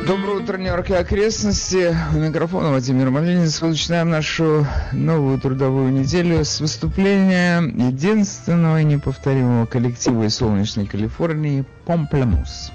Доброе утро, Нью-Йорк и окрестности. У микрофона Владимир Малинец. Начинаем нашу новую трудовую неделю с выступления единственного и неповторимого коллектива из солнечной Калифорнии «Помплемус».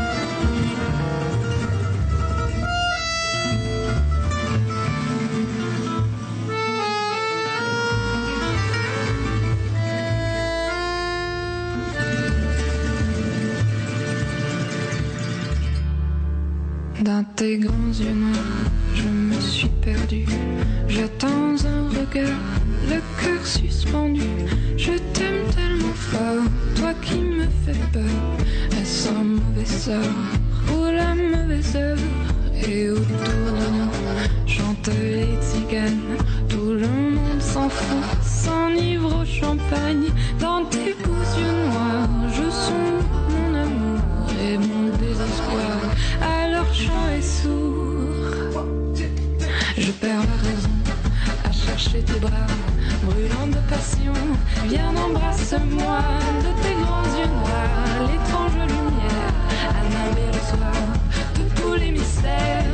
Dans tes grands yeux noirs, je me suis perdue. J'attends un regard, le cœur suspendu. Je t'aime tellement fort, toi qui me fais peur. Est-ce un mauvais sort ou la mauvaise heure? Et autour de nous chantent les tziganes. Tout le monde s'en fout, s'enivre au champagne. Dans tes beaux yeux noirs, je sonde mon amour et mon désespoir. Alors chant est sourd. Je perds la raison à chercher tes bras, brûlant de passion. Viens, embrasse-moi de tes grands yeux noirs, l'étrange lumière à nimber le soir de tous les mystères.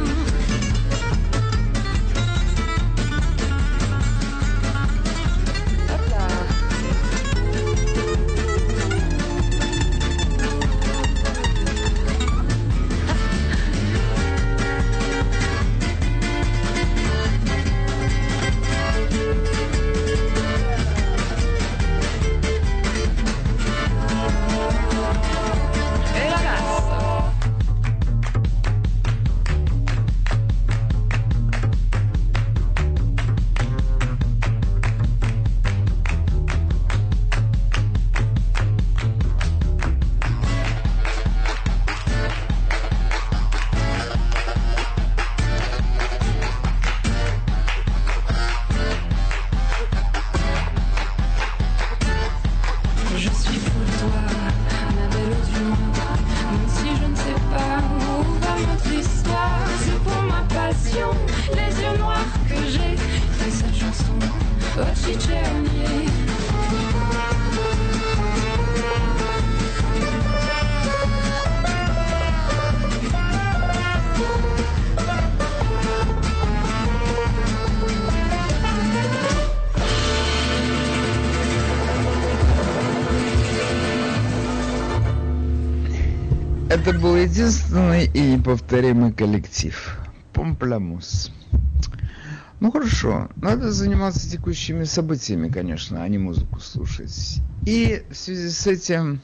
Это был единственный и неповторимый коллектив «Помплемус». Ну хорошо, надо заниматься текущими событиями, конечно, а не музыку слушать. И в связи с этим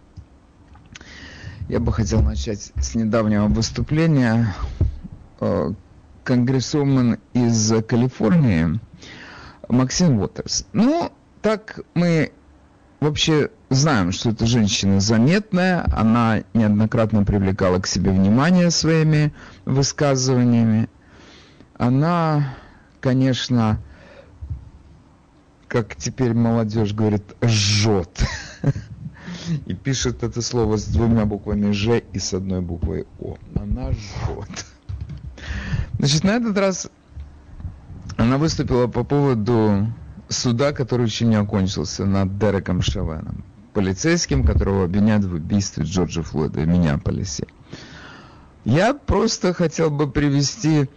я бы хотел начать с недавнего выступления конгрессвумен из Калифорнии Максин Уотерс. Ну, так мы вообще знаем, что эта женщина заметная, она неоднократно привлекала к себе внимание своими высказываниями. Она, конечно, как теперь молодежь говорит, жжет. И пишет это слово с двумя буквами «Ж» и с одной буквой «О». Она жжет. Значит, на этот раз она выступила по поводу суда, который еще не окончился, над Дереком Шавеном, полицейским, которого обвиняют в убийстве Джорджа Флойда в Миннеаполисе. Я просто хотел бы привести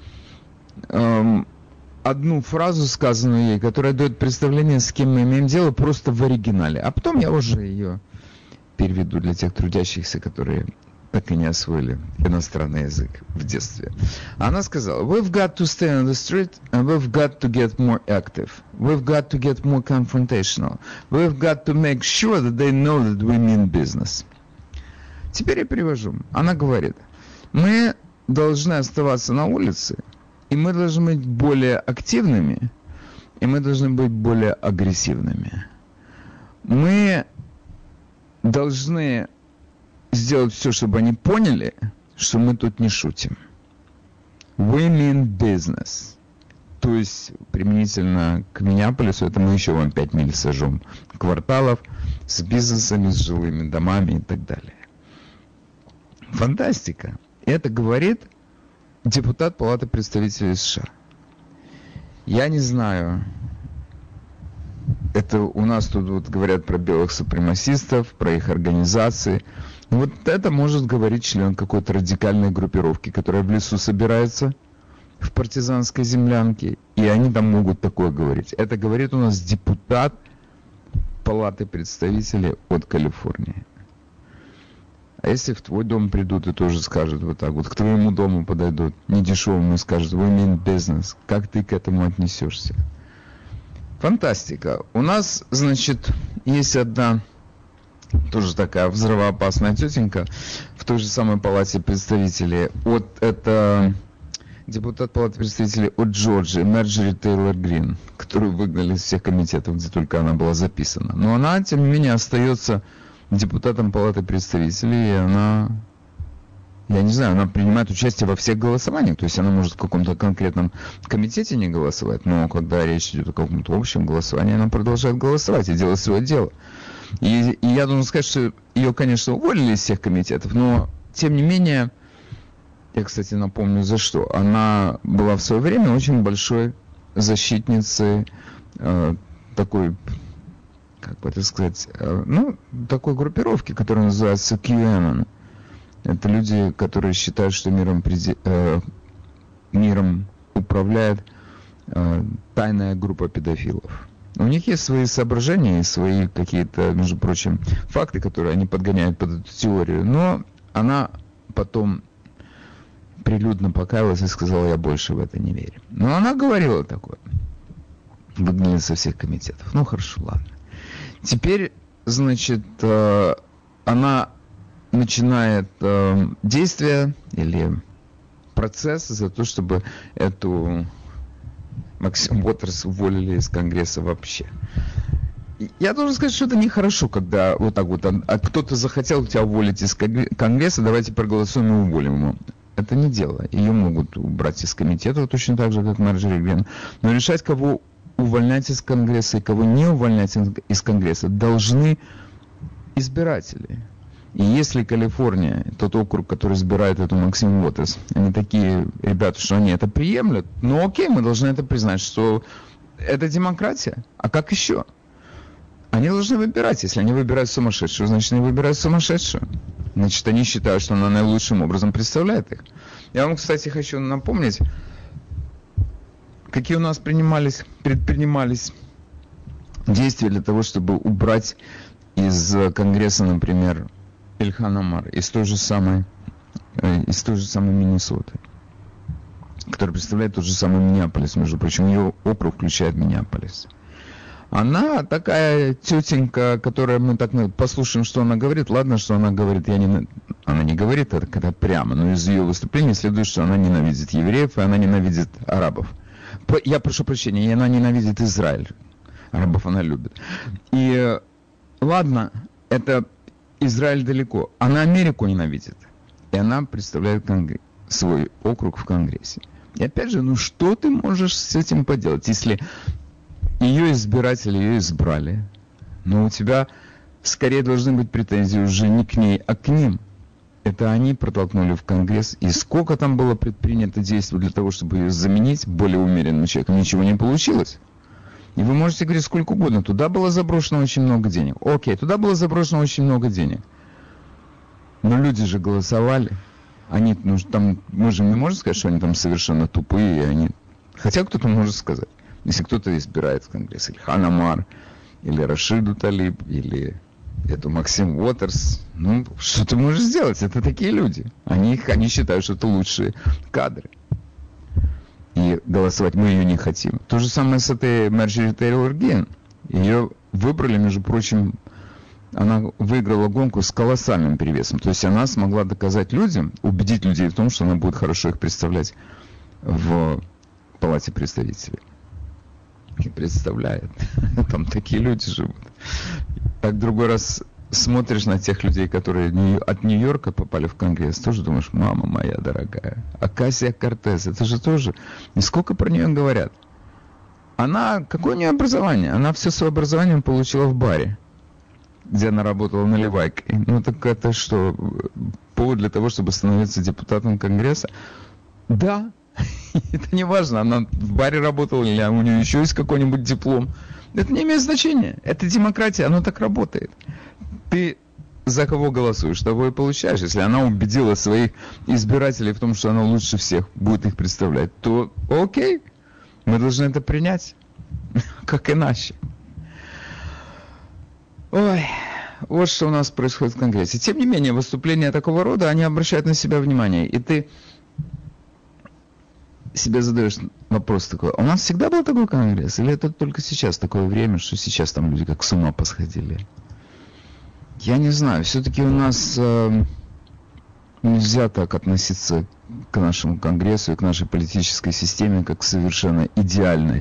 одну фразу, сказанную ей, которая дает представление, с кем мы имеем дело, просто в оригинале. А потом я уже ее переведу для тех трудящихся, которые так и не освоили иностранный язык в детстве. Она сказала: "We've got to stay on the street and we've got to get more active. We've got to get more confrontational. We've got to make sure that they know that we mean business." Теперь я перевожу. Она говорит: мы должны оставаться на улице, и мы должны быть более активными, и мы должны быть более агрессивными. Мы должны сделать все, чтобы они поняли, что мы тут не шутим. We mean business. То есть, применительно к Миннеаполису, это мы еще вам 5 миль сожжем кварталов с бизнесами, с жилыми домами и так далее. Фантастика. И это говорит депутат Палаты представителей США. Я не знаю, это у нас тут вот говорят про белых супремасистов, про их организации. Вот это может говорить член какой-то радикальной группировки, которая в лесу собирается в партизанской землянке, и они там могут такое говорить. Это говорит у нас депутат Палаты представителей от Калифорнии. А если в твой дом придут и тоже скажут вот так вот, к твоему дому подойдут, недешевому, и скажут, we mean business, как ты к этому отнесешься? Фантастика. У нас, значит, есть одна тоже такая взрывоопасная тетенька в той же самой Палате представителей. Это депутат Палаты представителей от Джорджии, Марджори Тейлор Грин, которую выгнали из всех комитетов, где только она была записана. Но она, тем не менее, остается депутатом Палаты представителей, и она, я не знаю, она принимает участие во всех голосованиях, то есть она может в каком-то конкретном комитете не голосовать, но когда речь идет о каком-то общем голосовании, она продолжает голосовать и делать свое дело. И я должен сказать, что ее, конечно, уволили из всех комитетов, но, тем не менее, я, кстати, напомню, за что. Она была в свое время очень большой защитницей такой, как бы это сказать, такой группировки, которая называется QAnon. Это люди, которые считают, что миром управляет тайная группа педофилов. У них есть свои соображения и свои какие-то, между прочим, факты, которые они подгоняют под эту теорию. Но она потом прилюдно покаялась и сказала, я больше в это не верю. Но она говорила такое. Выгнали со всех комитетов. Ну, хорошо, ладно. Теперь, значит, она начинает действие или процесс за то, чтобы эту Максим Уотерс уволили из Конгресса вообще. Я должен сказать, что это нехорошо, когда вот так вот кто-то захотел тебя уволить из Конгресса, давайте проголосуем и уволим его. Это не дело. Ее могут убрать из комитета, точно так же, как Марджори Грин. Но решать, кого увольнять из Конгресса и кого не увольнять из Конгресса, должны избиратели. И если Калифорния, тот округ, который избирает эту Максим Уотерс, они такие ребята, что они это приемлют, ну окей, мы должны это признать, что это демократия. А как еще? Они должны выбирать. Если они выбирают сумасшедшую, значит, они выбирают сумасшедшую. Значит, они считают, что она наилучшим образом представляет их. Я вам, кстати, хочу напомнить, какие у нас предпринимались действия для того, чтобы убрать из Конгресса, например, Ильхан Омар из той же самой Миннесоты, который представляет тот же самый Миннеаполис, между прочим, ее округ включает Миннеаполис. Она такая тетенька, которая мы так послушаем, что она говорит. Ладно, что она говорит, она не говорит это прямо, но из ее выступления следует, что она ненавидит евреев, и она ненавидит арабов. Я прошу прощения, и она ненавидит Израиль. Арабов она любит. И ладно, это Израиль далеко. Она Америку ненавидит. И она представляет свой округ в Конгрессе. И опять же, что ты можешь с этим поделать, если ее избиратели ее избрали, но у тебя скорее должны быть претензии уже не к ней, а к ним. Это они протолкнули в Конгресс. И сколько там было предпринято действий для того, чтобы ее заменить более умеренным человеком, ничего не получилось. И вы можете говорить сколько угодно. Туда было заброшено очень много денег. Окей, туда было заброшено очень много денег. Но люди же голосовали. Они, там, мы же не можем сказать, что они там совершенно тупые. Хотя кто-то может сказать. Если кто-то избирает в Конгресс, Ильхан Омар, или Рашиду Талиб, или эту Максим Уотерс, что ты можешь сделать? Это такие люди. Они считают, что это лучшие кадры. И голосовать мы ее не хотим. То же самое с этой Марджори Тейлор Грин. Ее выбрали, между прочим, она выиграла гонку с колоссальным перевесом. То есть она смогла доказать людям, убедить людей в том, что она будет хорошо их представлять в Палате представителей. И представляет. Там такие люди живут. Так другой раз смотришь на тех людей, которые от Нью-Йорка попали в Конгресс, тоже думаешь, мама моя дорогая. Окасия-Кортес, это же тоже... И сколько про нее говорят? Какое у нее образование? Она все свое образование получила в баре, где она работала наливайкой. Так это что, повод для того, чтобы становиться депутатом Конгресса? Да. Это не важно, она в баре работала, или у нее еще есть какой-нибудь диплом. Это не имеет значения. Это демократия, оно так работает. Ты за кого голосуешь, того и получаешь. Если она убедила своих избирателей в том, что она лучше всех будет их представлять, то окей, мы должны это принять. Как иначе? Ой, вот что у нас происходит в Конгрессе. Тем не менее, выступления такого рода, они обращают на себя внимание. И ты себе задаешь вопрос такой: а у нас всегда был такой Конгресс? Или это только сейчас такое время, что сейчас там люди как с ума посходили? Я не знаю. Все-таки у нас нельзя так относиться к нашему Конгрессу и к нашей политической системе как к совершенно идеальной.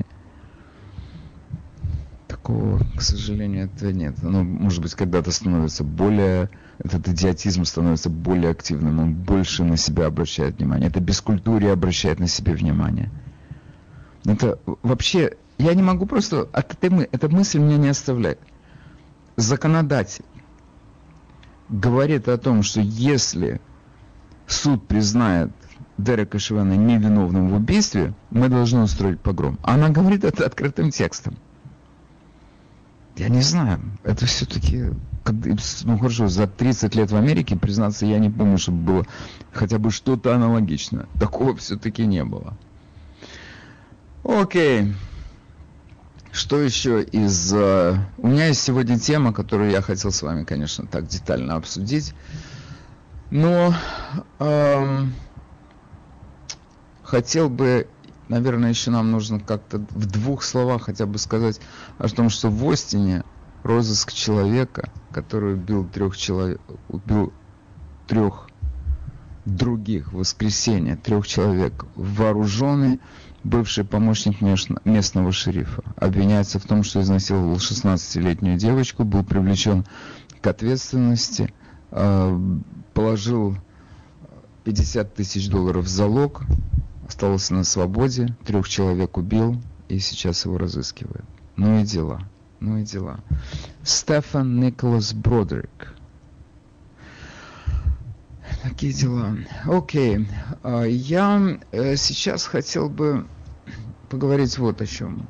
Такого, к сожалению, этого нет. Оно, может быть, когда-то становится более... Этот идиотизм становится более активным, он больше на себя обращает внимание. Это бескультурие обращает на себя внимание. Это вообще... Я не могу просто... Эта мысль меня не оставляет. Законодатель говорит о том, что если суд признает Дерека Шевена невиновным в убийстве, мы должны устроить погром. Она говорит это открытым текстом. Я не знаю, это все-таки, ну хорошо, за 30 лет в Америке, признаться, я не помню, чтобы было хотя бы что-то аналогичное. Такого все-таки не было. Окей. Что еще из... У меня есть сегодня тема, которую я хотел с вами, конечно, так детально обсудить. Но хотел бы... Наверное, еще нам нужно как-то в двух словах хотя бы сказать о том, что в Остине розыск человека, который убил трех других в воскресенье, 3 человек, вооруженный, бывший помощник местного шерифа, обвиняется в том, что изнасиловал 16-летнюю девочку, был привлечен к ответственности, положил $50 тысяч в залог, остался на свободе, 3 человек убил, и сейчас его разыскивают. Ну и дела. Стефан Николас Бродерик. Такие дела. Окей. Я сейчас хотел бы поговорить вот о чем.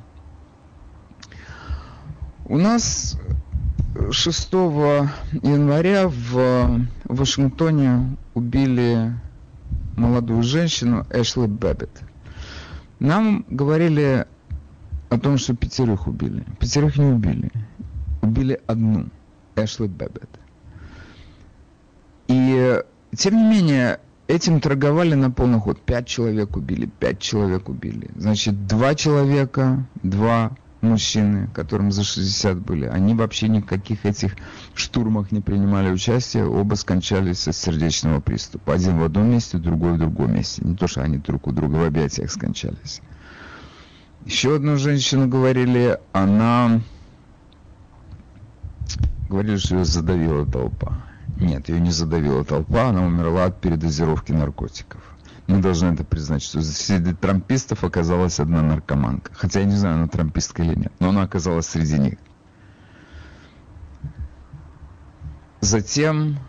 У нас 6 января в Вашингтоне убили молодую женщину Эшли Бэббит. Нам говорили о том, что 5 убили. 5 не убили. Убили одну, Эшли Бэббит. И, тем не менее, этим торговали на полный ход. 5 человек убили. Значит, 2 человека, 2 мужчины, которым за 60 были, они вообще ни в каких этих штурмах не принимали участие, оба скончались от сердечного приступа. Один в одном месте, другой в другом месте. Не то, что они друг у друга в объятиях скончались. Еще одну женщину говорили, что ее задавила толпа. Нет, ее не задавила толпа, она умерла от передозировки наркотиков. Мы должны это признать, что среди трампистов оказалась одна наркоманка. Хотя я не знаю, она трампистка или нет, но она оказалась среди них. Затем,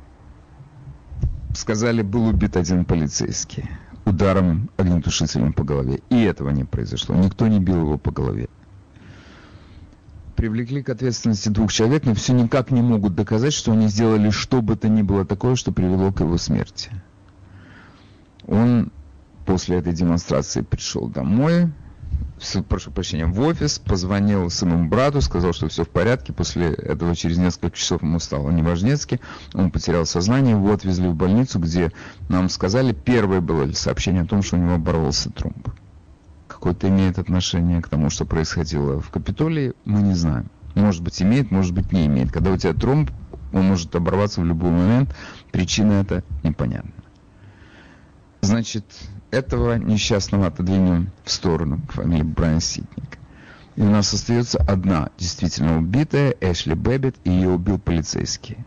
сказали, был убит один полицейский ударом огнетушителем по голове. И этого не произошло. Никто не бил его по голове. Привлекли к ответственности 2 человек, но все никак не могут доказать, что они сделали что бы то ни было такое, что привело к его смерти. Он после этой демонстрации пришел домой, прошу прощения, в офис, позвонил своему брату, сказал, что все в порядке. После этого через несколько часов ему стало неважнецки, он потерял сознание, его отвезли в больницу, где нам сказали, первое было сообщение о том, что у него оборвался тромб. Какое-то имеет отношение к тому, что происходило в Капитолии, мы не знаем. Может быть имеет, может быть не имеет. Когда у тебя тромб, он может оборваться в любой момент, причина это непонятна. Значит, этого несчастного отодвинем в сторону, к фамилии Брайан Ситник. И у нас остается одна действительно убитая, Эшли Бэббит, и ее убил полицейский.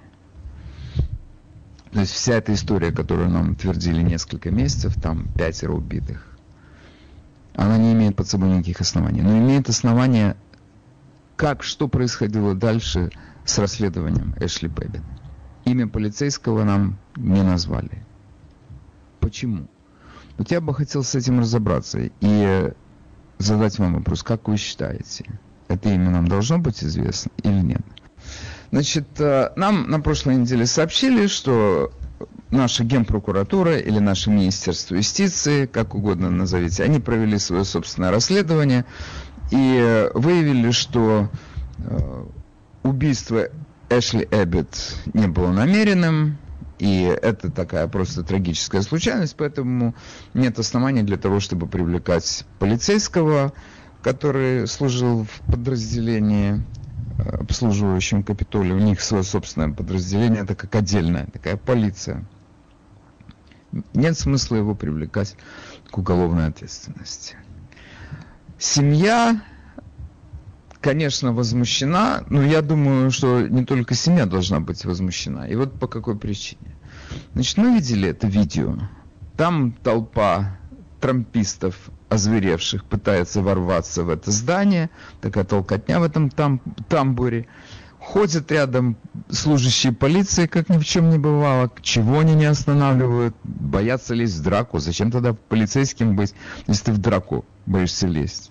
То есть вся эта история, которую нам твердили несколько месяцев, там 5 убитых, она не имеет под собой никаких оснований. Но имеет основания, что происходило дальше с расследованием Эшли Бэббит. Имя полицейского нам не назвали. Почему? Вот я бы хотел с этим разобраться и задать вам вопрос, как вы считаете, это имя нам должно быть известно или нет? Значит, нам на прошлой неделе сообщили, что наша Генпрокуратура или наше Министерство юстиции, как угодно назовите, они провели свое собственное расследование и выявили, что убийство Эшли Эббот не было намеренным, и это такая просто трагическая случайность, поэтому нет оснований для того, чтобы привлекать полицейского, который служил в подразделении, обслуживающем Капитолий. У них свое собственное подразделение, это как отдельная такая полиция. Нет смысла его привлекать к уголовной ответственности. Семья, конечно, возмущена, но я думаю, что не только семья должна быть возмущена. И вот по какой причине. Значит, мы видели это видео. Там толпа трампистов, озверевших, пытается ворваться в это здание. Такая толкотня в этом тамбуре. Ходят рядом служащие полиции, как ни в чем не бывало. Чего они не останавливают? Боятся лезть в драку. Зачем тогда полицейским быть, если ты в драку боишься лезть?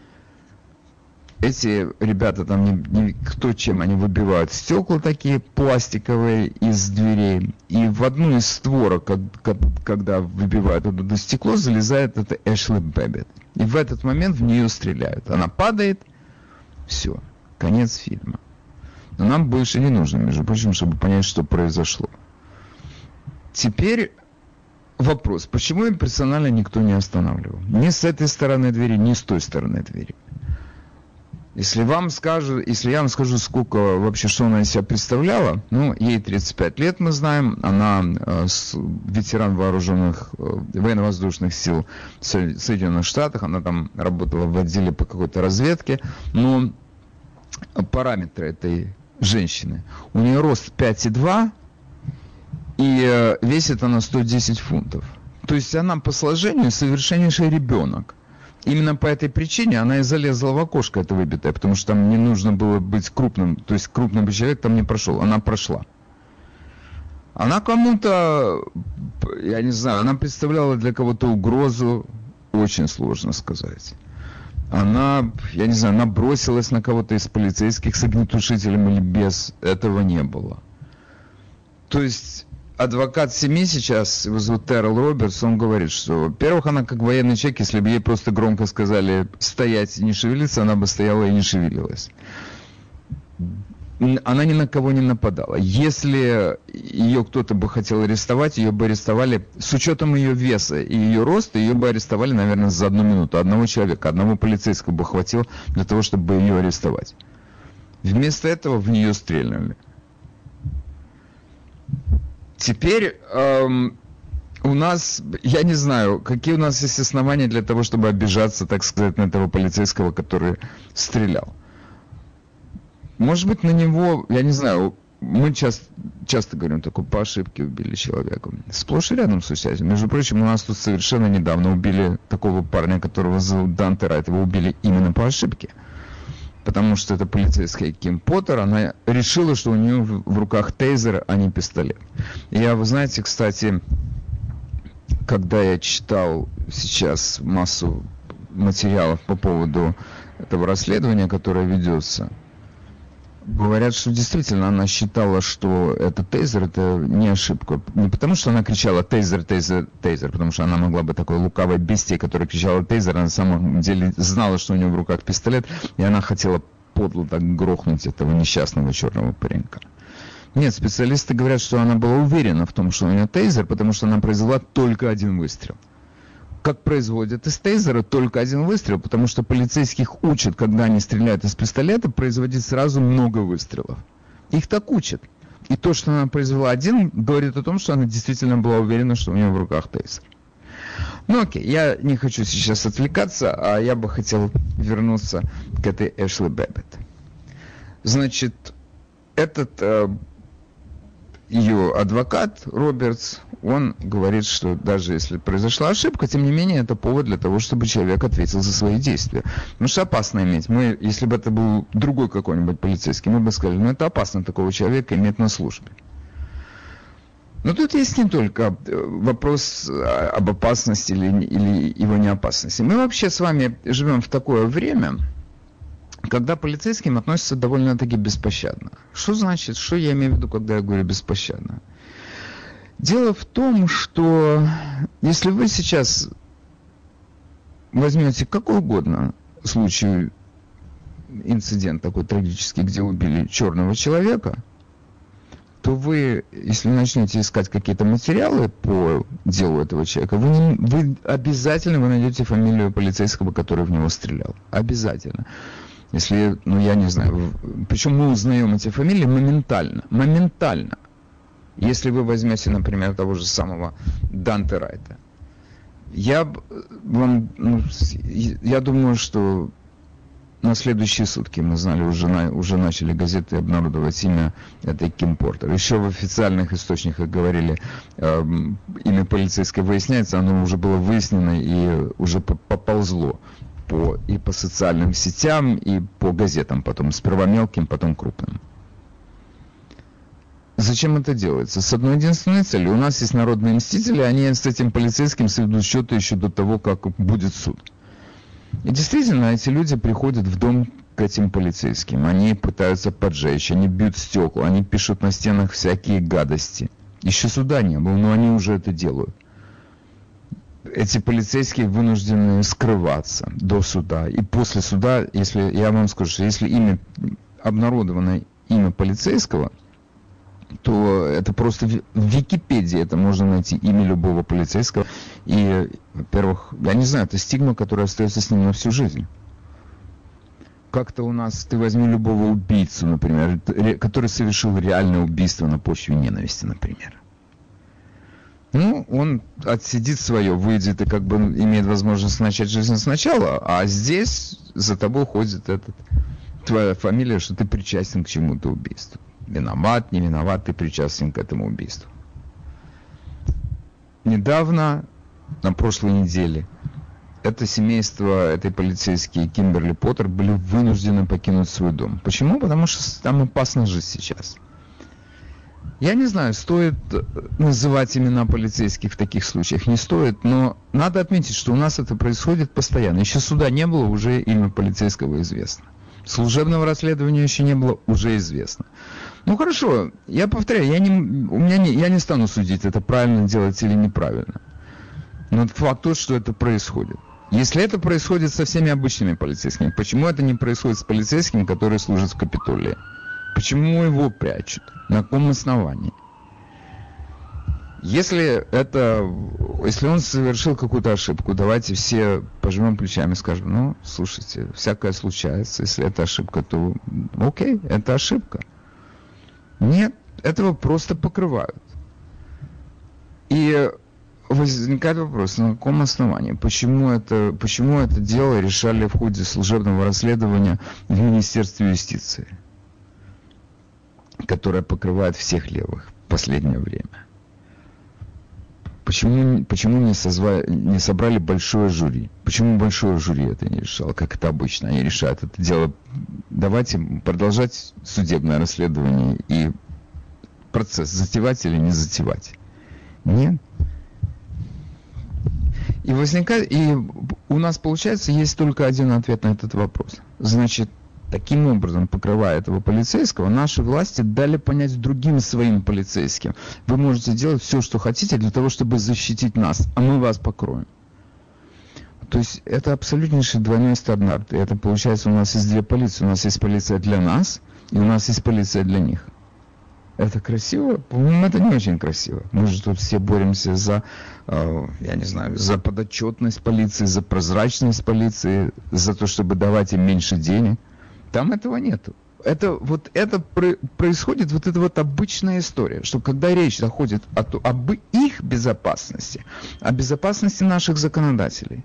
Эти ребята там кто чем, они выбивают стекла такие пластиковые из дверей. И в одну из створок, когда выбивают это стекло, залезает это Эшли Бэббит. И в этот момент в нее стреляют. Она падает, все, конец фильма. Но нам больше не нужно, между прочим, чтобы понять, что произошло. Теперь вопрос, почему им персонально никто не останавливал? Ни с этой стороны двери, ни с той стороны двери. Если я вам скажу, сколько вообще, что она из себя представляла, ну, ей 35 лет, мы знаем, она ветеран военно-воздушных сил Соединенных Штатов, она там работала в отделе по какой-то разведке, но параметры этой женщины, у нее рост 5,2 и весит она 110 фунтов. То есть она по сложению совершеннейший ребенок. Именно по этой причине она и залезла в окошко, это выбитое, потому что там не нужно было быть крупным, то есть крупный человек там не прошел, она прошла. Она кому-то, я не знаю, она представляла для кого-то угрозу, очень сложно сказать. Она, я не знаю, набросилась на кого-то из полицейских с огнетушителем или без, этого не было. То есть адвокат семьи сейчас, его зовут Террел Робертс, он говорит, что, во-первых, она как военный человек, если бы ей просто громко сказали стоять и не шевелиться, она бы стояла и не шевелилась. Она ни на кого не нападала. Если ее кто-то бы хотел арестовать, ее бы арестовали, с учетом ее веса и ее роста, ее бы арестовали, наверное, за 1 минуту. Одного человека, одного полицейского бы хватило для того, чтобы ее арестовать. Вместо этого в нее стрельнули. Теперь у нас, я не знаю, какие у нас есть основания для того, чтобы обижаться, так сказать, на этого полицейского, который стрелял. Может быть, на него, я не знаю, мы часто говорим, такой по ошибке убили человека. Сплошь и рядом случается. Между прочим, у нас тут совершенно недавно убили такого парня, которого зовут Данте Райт. Его убили именно по ошибке. Потому что это полицейская Ким Поттер, она решила, что у нее в руках тейзер, а не пистолет. Вы знаете, кстати, когда я читал сейчас массу материалов по поводу этого расследования, которое ведется, говорят, что действительно она считала, что это тейзер, это не ошибка. Не потому, что она кричала тейзер, тейзер, тейзер, потому что она могла быть такой лукавой бестией, которая кричала тейзер, она на самом деле знала, что у нее в руках пистолет, и она хотела подло так грохнуть этого несчастного черного паренька. Нет, специалисты говорят, что она была уверена в том, что у нее тейзер, потому что она произвела только 1 выстрел. Как производят из тейзера только 1 выстрел, потому что полицейских учат, когда они стреляют из пистолета, производить сразу много выстрелов. Их так учат. И то, что она произвела 1, говорит о том, что она действительно была уверена, что у нее в руках тейзер. Ну окей, я не хочу сейчас отвлекаться, а я бы хотел вернуться к этой Эшли Бэббит. Значит, этот ее адвокат Робертс, он говорит, что даже если произошла ошибка, тем не менее это повод для того, чтобы человек ответил за свои действия. Потому что опасно иметь. Мы, если бы это был другой какой-нибудь полицейский, мы бы сказали, это опасно такого человека иметь на службе. Но тут есть не только вопрос об опасности или его неопасности. Мы вообще с вами живем в такое время, когда полицейским относятся довольно-таки беспощадно. Что значит, что я имею в виду, когда я говорю беспощадно? Дело в том, что если вы сейчас возьмете какой угодно случай, инцидент такой трагический, где убили черного человека, то вы, если начнете искать какие-то материалы по делу этого человека, вы обязательно найдете фамилию полицейского, который в него стрелял. Обязательно. Если, я не знаю, причем мы узнаем эти фамилии моментально. Если вы возьмете, например, того же самого Данте Райта, я думаю, что на следующие сутки мы знали, уже начали газеты обнародовать имя этой Ким Портер. Еще в официальных источниках говорили, имя полицейское выясняется, оно уже было выяснено и уже поползло и по социальным сетям, и по газетам потом. Сперва мелким, потом крупным. Зачем это делается? С одной единственной целью. У нас есть народные мстители, они с этим полицейским сведут счеты еще до того, как будет суд. И действительно, эти люди приходят в дом к этим полицейским. Они пытаются поджечь, они бьют стекла, они пишут на стенах всякие гадости. Еще суда не было, но они уже это делают. Эти полицейские вынуждены скрываться до суда. И после суда, если я вам скажу, что если обнародовано имя полицейского, то это просто в Википедии это можно найти, имя любого полицейского. И, во-первых, я не знаю, это стигма, которая остается с ним на всю жизнь. Как-то у нас, ты возьми любого убийцу, например, который совершил реальное убийство на почве ненависти, например. Он отсидит свое, выйдет и как бы имеет возможность начать жизнь сначала, а здесь за тобой ходит твоя фамилия, что ты причастен к чему-то убийству. Виноват, не виноват, ты причастен к этому убийству. Недавно, на прошлой неделе, это семейство, этой полицейские Кимберли Поттер были вынуждены покинуть свой дом. Почему? Потому что там опасно жить сейчас. Я не знаю, стоит называть имена полицейских в таких случаях, не стоит, но надо отметить, что у нас это происходит постоянно. Еще суда не было, уже имя полицейского известно. Служебного расследования еще не было, уже известно. Хорошо, я повторяю, я не стану судить, это правильно делать или неправильно. Но факт тот, что это происходит. Если это происходит со всеми обычными полицейскими, почему это не происходит с полицейским, который служит в Капитолии? Почему его прячут? На каком основании? Если он совершил какую-то ошибку, давайте все пожмем плечами и скажем, слушайте, всякое случается, если это ошибка, то окей, это ошибка. Нет, этого просто покрывают. И возникает вопрос, на каком основании? Почему это дело решали в ходе служебного расследования в Министерстве юстиции, которое покрывает всех левых в последнее время? Почему не собрали большое жюри? Почему большое жюри это не решало, как это обычно? Они решают это дело. Давайте продолжать судебное расследование и процесс затевать или не затевать. Нет. И у нас, получается, есть только один ответ на этот вопрос. Значит, таким образом, покрывая этого полицейского, наши власти дали понять другим своим полицейским: вы можете делать все, что хотите, для того, чтобы защитить нас, а мы вас покроем. То есть это абсолютнейший двойной стандарт. И это получается, у нас есть две полиции. У нас есть полиция для нас, и у нас есть полиция для них. Это красиво? По-моему, это не очень красиво. Мы же тут все боремся за подотчетность полиции, за прозрачность полиции, за то, чтобы давать им меньше денег. Там этого нету. Это происходит обычная история, что когда речь заходит об их безопасности, о безопасности наших законодателей,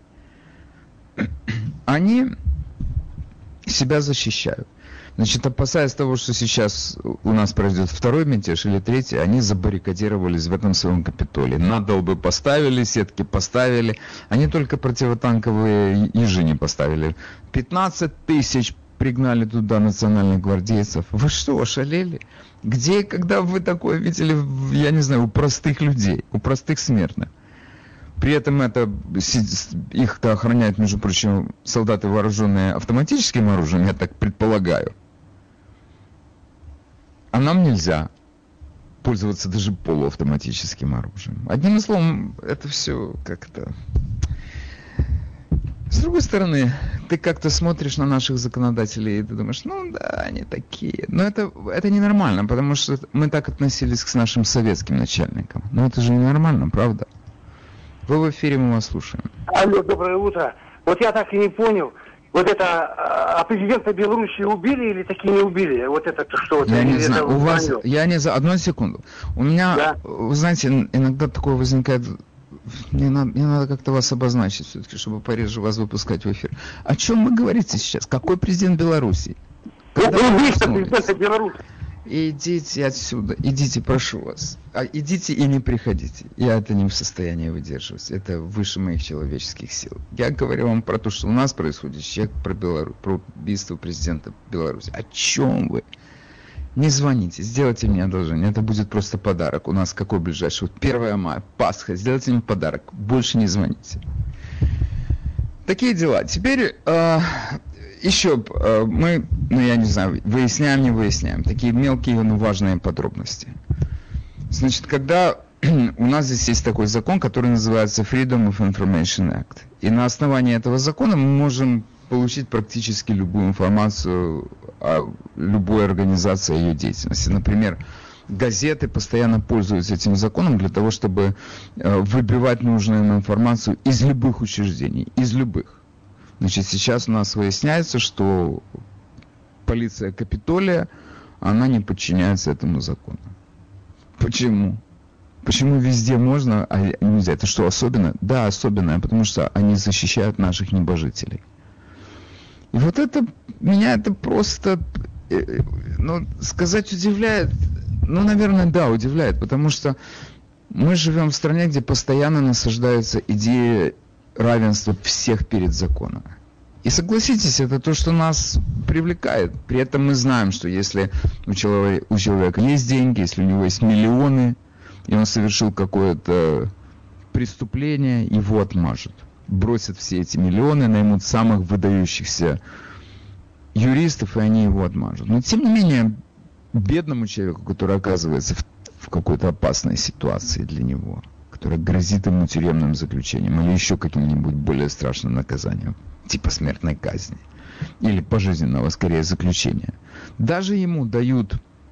они себя защищают. Значит, опасаясь того, что сейчас у нас произойдет второй мятеж или третий, они забаррикадировались в этом своем Капитолии. Надолбы поставили, сетки поставили. Они только противотанковые ежи не поставили. 15 тысяч пригнали туда национальных гвардейцев. Вы что, ошалели? Где и когда вы такое видели, я не знаю, у простых людей, у простых смертных? При этом их-то охраняют, между прочим, солдаты, вооруженные автоматическим оружием, я так предполагаю. А нам нельзя пользоваться даже полуавтоматическим оружием. Одним словом, это все как-то... С другой стороны, ты как-то смотришь на наших законодателей, и ты думаешь, ну да, они такие. Но это ненормально, потому что мы так относились к нашим советским начальникам. Но это же ненормально, правда? Вы в эфире, мы вас слушаем. Алло, доброе утро. Вот я так и не понял, вот это, а президента Беларуси убили или таки не убили? Вот это что? Я не знаю, у вас, одну секунду. У меня, да? Вы знаете, иногда такое возникает... Мне надо как-то вас обозначить все-таки, чтобы пореже вас выпускать в эфир. О чем вы говорите сейчас? Какой президент Беларуси? Президент Беларуси. Идите отсюда, идите, прошу вас. Идите и не приходите. Я это не в состоянии выдерживать. Это выше моих человеческих сил. Я говорю вам про то, что у нас происходит, человек про убийство президента Беларуси. О чем вы? Не звоните, сделайте мне одолжение. Это будет просто подарок. У нас какой ближайший? Вот 1 мая, Пасха. Сделайте мне подарок. Больше не звоните. Такие дела. Теперь еще мы, я не знаю, выясняем, не выясняем. Такие мелкие, но важные подробности. Значит, когда у нас здесь есть такой закон, который называется Freedom of Information Act. И на основании этого закона мы можем получить практически любую информацию о любой организации, о ее деятельности. Например, газеты постоянно пользуются этим законом для того, чтобы выбивать нужную им информацию из любых учреждений, из любых. Значит, сейчас у нас выясняется, что полиция Капитолия, она не подчиняется этому закону. Почему? Почему везде можно, а нельзя? Это что, особенно? Да, особенное, потому что они защищают наших небожителей. И вот это, меня это просто, сказать удивляет, наверное, да, удивляет, потому что мы живем в стране, где постоянно насаждается идея равенства всех перед законом. И согласитесь, это то, что нас привлекает. При этом мы знаем, что если у человека есть деньги, если у него есть миллионы, и он совершил какое-то преступление, его отмажут. Бросят все эти миллионы, наймут самых выдающихся юристов, и они его отмажут. Но тем не менее, бедному человеку, который оказывается в какой-то опасной ситуации для него, которая грозит ему тюремным заключением или еще каким-нибудь более страшным наказанием, типа смертной казни или пожизненного, скорее, заключения, даже ему дают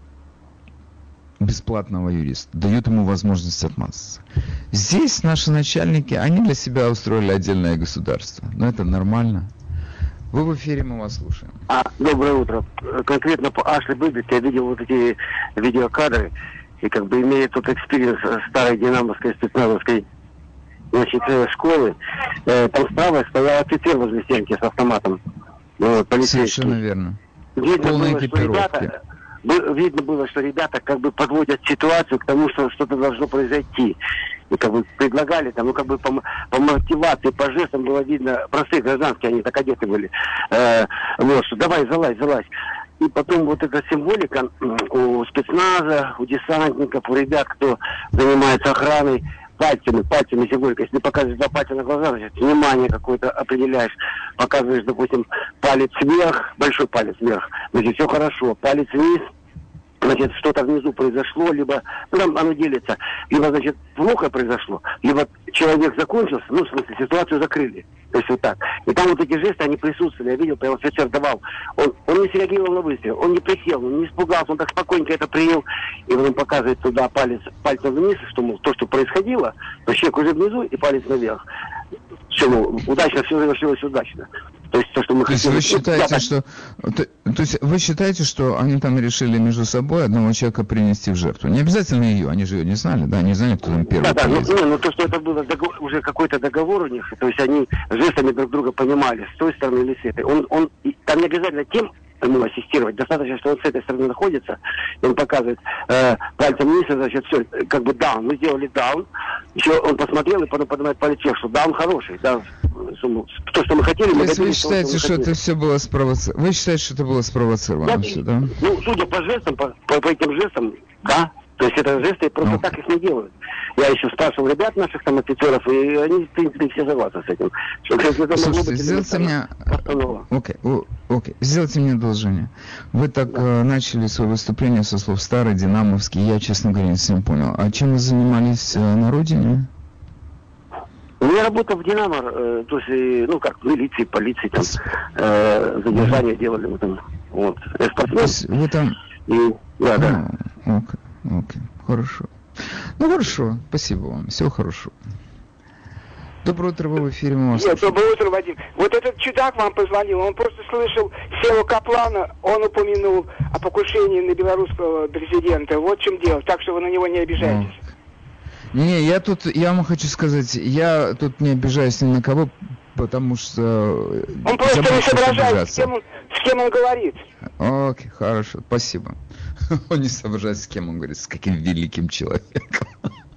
бесплатного юриста, дают ему возможность отмазаться. Здесь наши начальники, они для себя устроили отдельное государство. Но это нормально. Вы в эфире, мы вас слушаем. Доброе утро. Конкретно по Ашли Бэббит я видел вот эти видеокадры, и как бы имея тот экспириенс старой динамовской спецназовской, значит, школы, там справа стоял офицер возле стенки с автоматом. Полицейский. Совершенно верно. Полной экипировки. Видно было, что ребята как бы подводят ситуацию к тому, что что-то должно произойти. И как бы предлагали там, по мотивации, по жестам было видно, простые гражданские, они так одеты были. Вот, что давай, залазь. И потом вот эта символика у спецназа, у десантников, у ребят, кто занимается охраной, пальцами символика. Если показываешь 2 пальца на глаза, значит, внимание какое-то определяешь. Показываешь, допустим, палец вверх, большой палец вверх, значит, все хорошо. Палец вниз, значит, что-то внизу произошло, либо, там оно делится, либо, значит, плохо произошло, либо человек закончился, в смысле, ситуацию закрыли. То есть вот так. И там вот эти жесты, они присутствовали, я видел, прям офицер давал. Он не среагировал на выстрел, он не присел, он не испугался, он так спокойненько это принял, и он показывает туда пальцем вниз, что, мол, то, что происходило, то человек уже внизу и палец наверх. Все, удачно, все завершилось удачно. То есть то, что мы хотели... Вы считаете, что они там решили между собой одного человека принести в жертву? Не обязательно ее, они же ее не знали, да? Не знали, кто там первый полезет. То, что это было уже какой-то договор у них, то есть они жестами друг друга понимали, с той стороны или с этой. Там не обязательно тем ему ассистировать, достаточно, что он с этой стороны находится, и он показывает пальцем вниз, значит, все, как бы даун, мы сделали даун, еще он посмотрел и потом поднимает палец вверх, что даун хороший, да, то, что мы хотели, мы добились. Вы считаете, что это все было спровоцировано? Вы считаете, что это было спровоцировано? Да, все, да? Судя по жестам, по этим жестам, да, То есть это жесты просто так их не делают. Я еще спрашивал ребят наших там офицеров, и они, в принципе, все согласны с этим. Что, это слушайте, сделайте мне... Окей. Сделайте мне одолжение. Вы так начали свое выступление со слов «старый», «динамовский». Я, честно говоря, не совсем понял. А чем вы занимались на родине? Я работал в «Динамо», то есть, как в милиции, полиции, там, задержания делали. Вот, там, вот. Я спортсмен. Вы там... Да. Окей, хорошо. Ну, хорошо, спасибо вам, всего хорошего. Доброе утро, вы в эфире. Нет, доброе утро, Вадим. Вот этот чудак вам позвонил, он просто слышал Севу Каплана, он упомянул о покушении на белорусского президента. Вот в чем дело, так что вы на него не обижаетесь. Не, я вам хочу сказать, я тут не обижаюсь ни на кого, потому что... Он просто не соображает, с кем он говорит. Окей, хорошо, спасибо. Он не соображает, с кем он говорит, с каким великим человеком.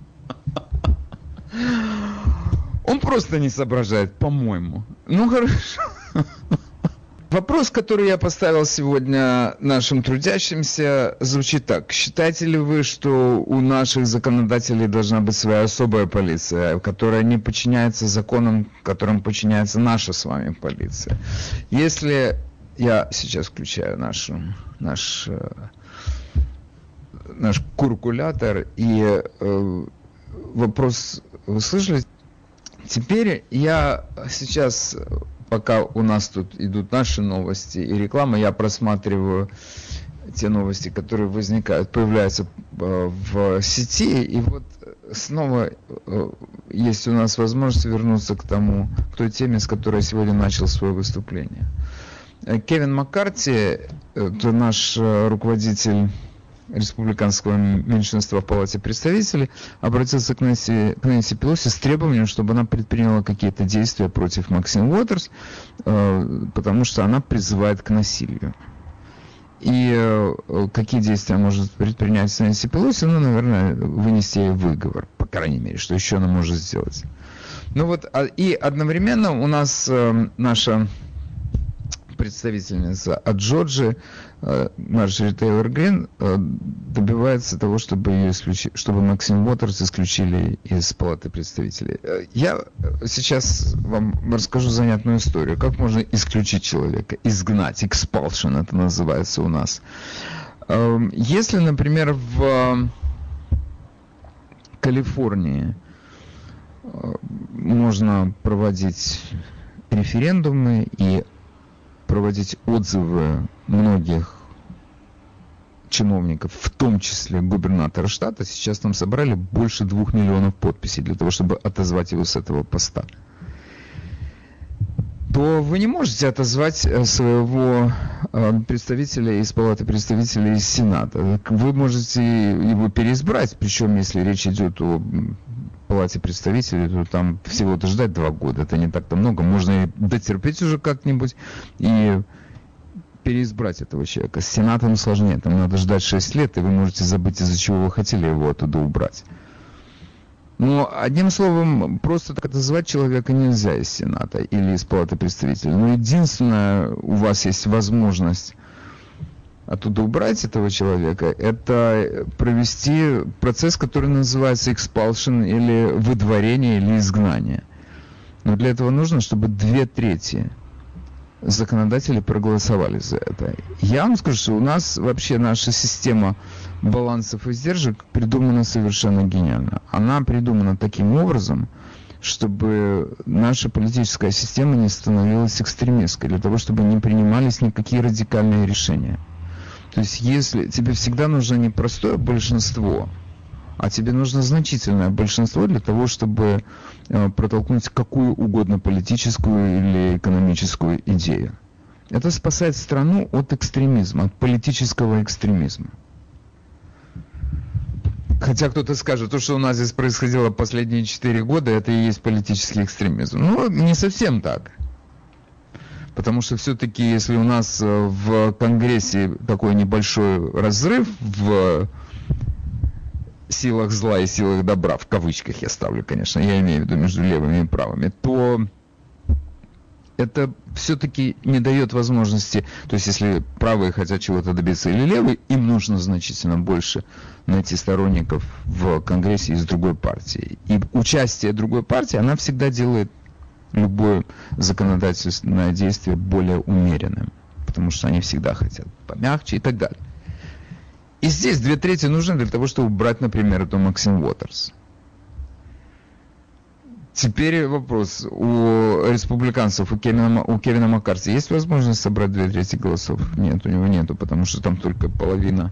Он просто не соображает, по-моему. Ну, хорошо. Вопрос, который я поставил сегодня нашим трудящимся, звучит так. Считаете ли вы, что у наших законодателей должна быть своя особая полиция, которая не подчиняется законам, которым подчиняется наша с вами полиция? Если я сейчас включаю наш куркулятор, и вопрос вы слышали? Теперь я сейчас, пока у нас тут идут наши новости и реклама, я просматриваю те новости, которые появляются в сети, и вот снова есть у нас возможность вернуться к той теме, с которой я сегодня начал свое выступление. Кевин Маккарти, это наш руководитель республиканского меньшинства в Палате представителей, обратился к Нэнси Пелоси с требованием, чтобы она предприняла какие-то действия против Максим Уотерс, потому что она призывает к насилию. И какие действия может предпринять Нэнси Пелоси? Наверное, вынести ей выговор, по крайней мере, что еще она может сделать. И одновременно у нас наша представительница от Джорджии, Марджори Тейлор Грин, добивается того, чтобы Максим Уотерс исключили из Палаты представителей. Я сейчас вам расскажу занятную историю. Как можно исключить человека, изгнать, expulsion это называется у нас. Если, например, в Калифорнии можно проводить референдумы и проводить отзывы многих чиновников, в том числе губернатора штата, сейчас там собрали больше 2 миллионов подписей для того, чтобы отозвать его с этого поста, то вы не можете отозвать своего представителя из Палаты представителей из Сената. Вы можете его переизбрать, причем если речь идет о Палате представителей, то там всего-то ждать 2 года. Это не так-то много. Можно и дотерпеть уже как-нибудь и переизбрать этого человека. С Сенатом сложнее. Там надо ждать 6 лет, и вы можете забыть, из-за чего вы хотели его оттуда убрать. Но, одним словом, просто так отозвать человека нельзя из Сената или из Палаты представителей. Но единственное, у вас есть возможность оттуда убрать этого человека, это провести процесс, который называется expulsion, или выдворение, или изгнание. Но для этого нужно, чтобы 2/3 законодателей проголосовали за это. Я вам скажу, что у нас вообще наша система балансов и издержек придумана совершенно гениально. Она придумана таким образом, чтобы наша политическая система не становилась экстремистской, для того, чтобы не принимались никакие радикальные решения. То есть, если тебе всегда нужно не простое большинство, а тебе нужно значительное большинство для того, чтобы протолкнуть какую угодно политическую или экономическую идею. Это спасает страну от экстремизма, от политического экстремизма. Хотя кто-то скажет, то, что у нас здесь происходило последние 4 года, это и есть политический экстремизм. Ну, не совсем так. Потому что все-таки, если у нас в Конгрессе такой небольшой разрыв в силах зла и силах добра, в кавычках я ставлю, конечно, я имею в виду между левыми и правыми, то это все-таки не дает возможности, то есть если правые хотят чего-то добиться или левые, им нужно значительно больше найти сторонников в Конгрессе из другой партии. И участие другой партии, она всегда делает любое законодательное действие более умеренным, потому что они всегда хотят помягче и так далее. И здесь 2/3 нужны для того, чтобы убрать, например, эту Максим Уотерс. Теперь вопрос. У республиканцев, у Кевина Маккарти есть возможность собрать 2/3 голосов? Нет, у него нету, потому что там только половина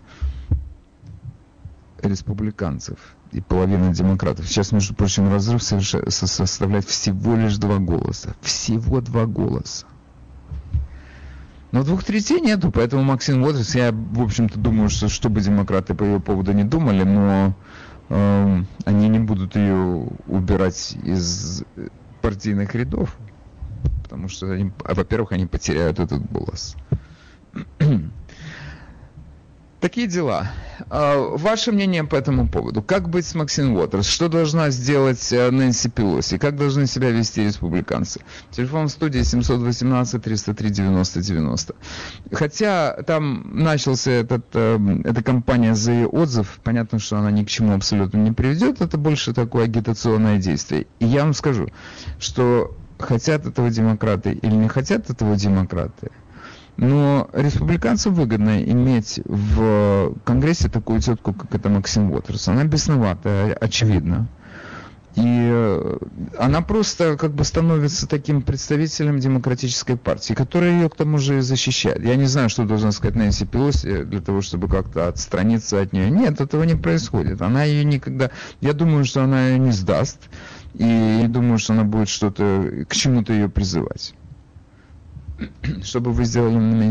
республиканцев и половина демократов. Сейчас, между прочим, разрыв составляет всего лишь 2 голоса. Всего 2 голоса. Но 2/3 нету, поэтому Максим Уотерс, я, в общем-то, думаю, что бы демократы по ее поводу не думали, но они не будут ее убирать из партийных рядов, потому что, во-первых, они потеряют этот голос. Такие дела. Ваше мнение по этому поводу? Как быть с Максим Уотерс? Что должна сделать Нэнси Пелоси? Как должны себя вести республиканцы? Телефон в студии 718-303-90-90. Хотя там начался эта кампания за ее отзыв, понятно, что она ни к чему абсолютно не приведет. Это больше такое агитационное действие. И я вам скажу, что хотят этого демократы или не хотят этого демократы, но республиканцам выгодно иметь в Конгрессе такую тетку, как эта Максим Уотерс. Она бесноватая, очевидно. И она просто как бы становится таким представителем демократической партии, которая ее к тому же и защищает. Я не знаю, что должна сказать Нэнси Пелоси для того, чтобы как-то отстраниться от нее. Нет, этого не происходит. Она ее никогда... Я думаю, что она ее не сдаст. И думаю, что она будет что-то, к чему-то ее призывать. Что бы вы сделали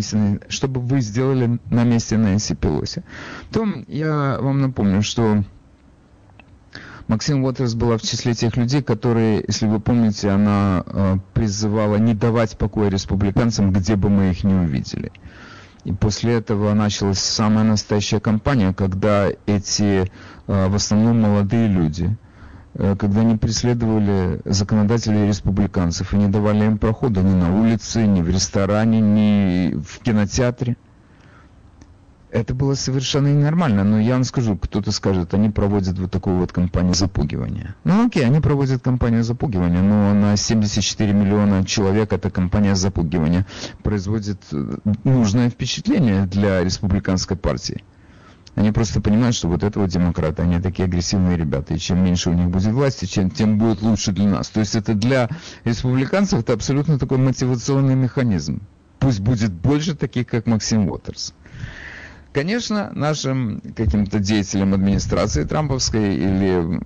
на месте Нэнси Пелоси. То я вам напомню, что Максим Уотерс была в числе тех людей, которые, если вы помните, она призывала не давать покоя республиканцам, где бы мы их не увидели. И после этого началась самая настоящая кампания, когда эти в основном молодые люди, когда они преследовали законодателей республиканцев и не давали им прохода ни на улице, ни в ресторане, ни в кинотеатре. Это было совершенно ненормально, но я вам скажу, кто-то скажет, они проводят вот такую вот кампанию запугивания. Ну окей, они проводят кампанию запугивания, но на 74 миллиона человек эта кампания запугивания производит нужное впечатление для республиканской партии. Они просто понимают, что вот это вот демократы, они такие агрессивные ребята, и чем меньше у них будет власти, тем будет лучше для нас. То есть это для республиканцев это абсолютно такой мотивационный механизм. Пусть будет больше таких, как Максим Уотерс. Конечно, нашим каким-то деятелям администрации трамповской или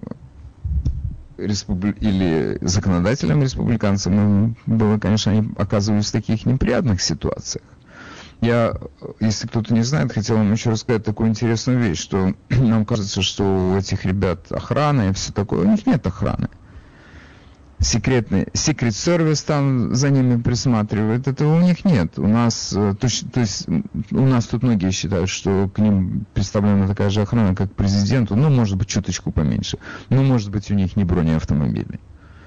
законодателям республиканцам было, конечно, они оказывались в таких неприятных ситуациях. Я, если кто-то не знает, хотел вам еще рассказать такую интересную вещь, что нам кажется, что у этих ребят охрана и все такое. У них нет охраны. Секретный Secret Service там за ними присматривает. Этого у них нет. У нас, то есть у нас тут многие считают, что к ним представлена такая же охрана, как к президенту. Ну, может быть, чуточку поменьше. Но, может быть, у них не бронеавтомобили.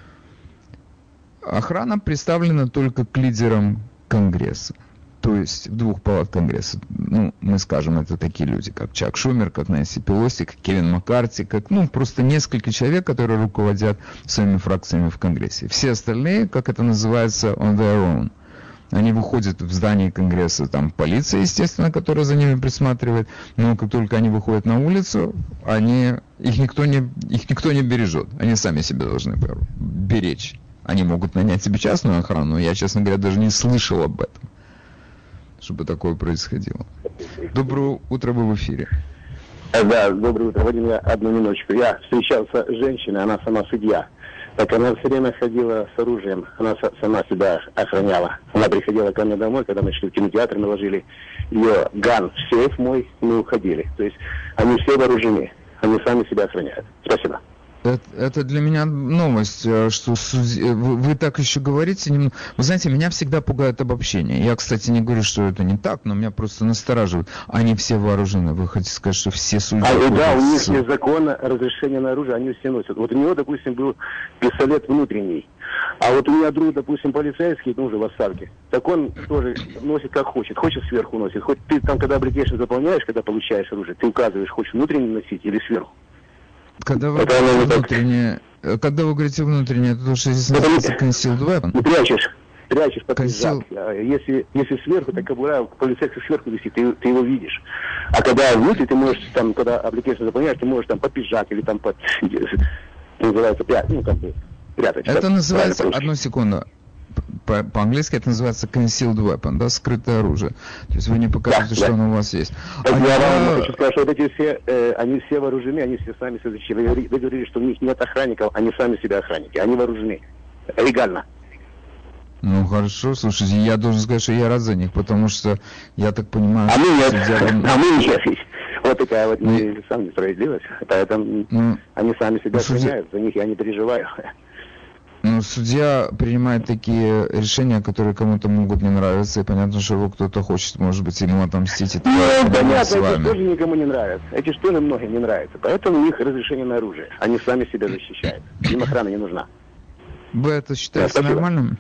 Охрана представлена только к лидерам Конгресса. То есть в 2 палат Конгресса, ну, мы скажем, это такие люди, как Чак Шумер, как Нэнси Пелоси, как Кевин Маккарти, как, ну, просто несколько человек, которые руководят своими фракциями в Конгрессе. Все остальные, как это называется, on their own. Они выходят в здание Конгресса, там полиция, естественно, которая за ними присматривает, но как только они выходят на улицу, их никто не бережет. Они сами себя должны беречь. Они могут нанять себе частную охрану, но я, честно говоря, даже не слышал об этом, чтобы такое происходило. Доброе утро, вы в эфире. Да, доброе утро. Вадим, я одну минуточку. Я встречался с женщиной, она сама судья. Так она все время ходила с оружием, она сама себя охраняла. Она приходила ко мне домой, когда мы шли в кинотеатр, мы ложили ее ган в сейф мой, мы уходили. То есть они все вооружены, они сами себя охраняют. Спасибо. Это для меня новость, что вы так еще говорите. Вы знаете, меня всегда пугает обобщение. Я, кстати, не говорю, что это не так, но меня просто настораживает. Они все вооружены. Вы хотите сказать, что все судьи... Да, у них есть закон разрешения на оружие, они все носят. Вот у него, допустим, был пистолет внутренний. А вот у меня друг, допустим, полицейский, уже в отставке, так он тоже носит как хочет. Хочет сверху носит. Хоть ты там, когда application заполняешь, когда получаешь оружие, ты указываешь, хочешь внутренний носить или сверху. Когда вы говорите внутреннее, это то, что здесь называется concealed weapon. Прячешь под пиджак. Если сверху, так кобура, полицейский сверху висит, ты его видишь. А когда внутри, ты можешь, там, когда application заполняешь, ты можешь там под пиджак или там под... Называется, прятать. Это называется, одну секунду, по-английски это называется concealed weapon, да, скрытое оружие. То есть вы не покажете, что оно у вас есть. Я вам хочу сказать, что вот эти все, они все вооружены, они все сами себя защищают. Вы говорили, что у них нет охранников, они сами себя охранники, они вооружены. Легально. Ну хорошо, слушайте, я должен сказать, что я рад за них, потому что я так понимаю, что... мы нет. Вот такая вот сам несправедливость. Поэтому они сами себя охраняют, за них я не переживаю. Ну, судья принимает такие решения, которые кому-то могут не нравиться, и понятно, что его кто-то хочет, может быть, ему отомстить. Понятно, эти тоже никому не нравятся. Эти штуки многим не нравятся. Поэтому у них разрешение на оружие. Они сами себя защищают. Им охрана не нужна. Вы это считаете нормальным?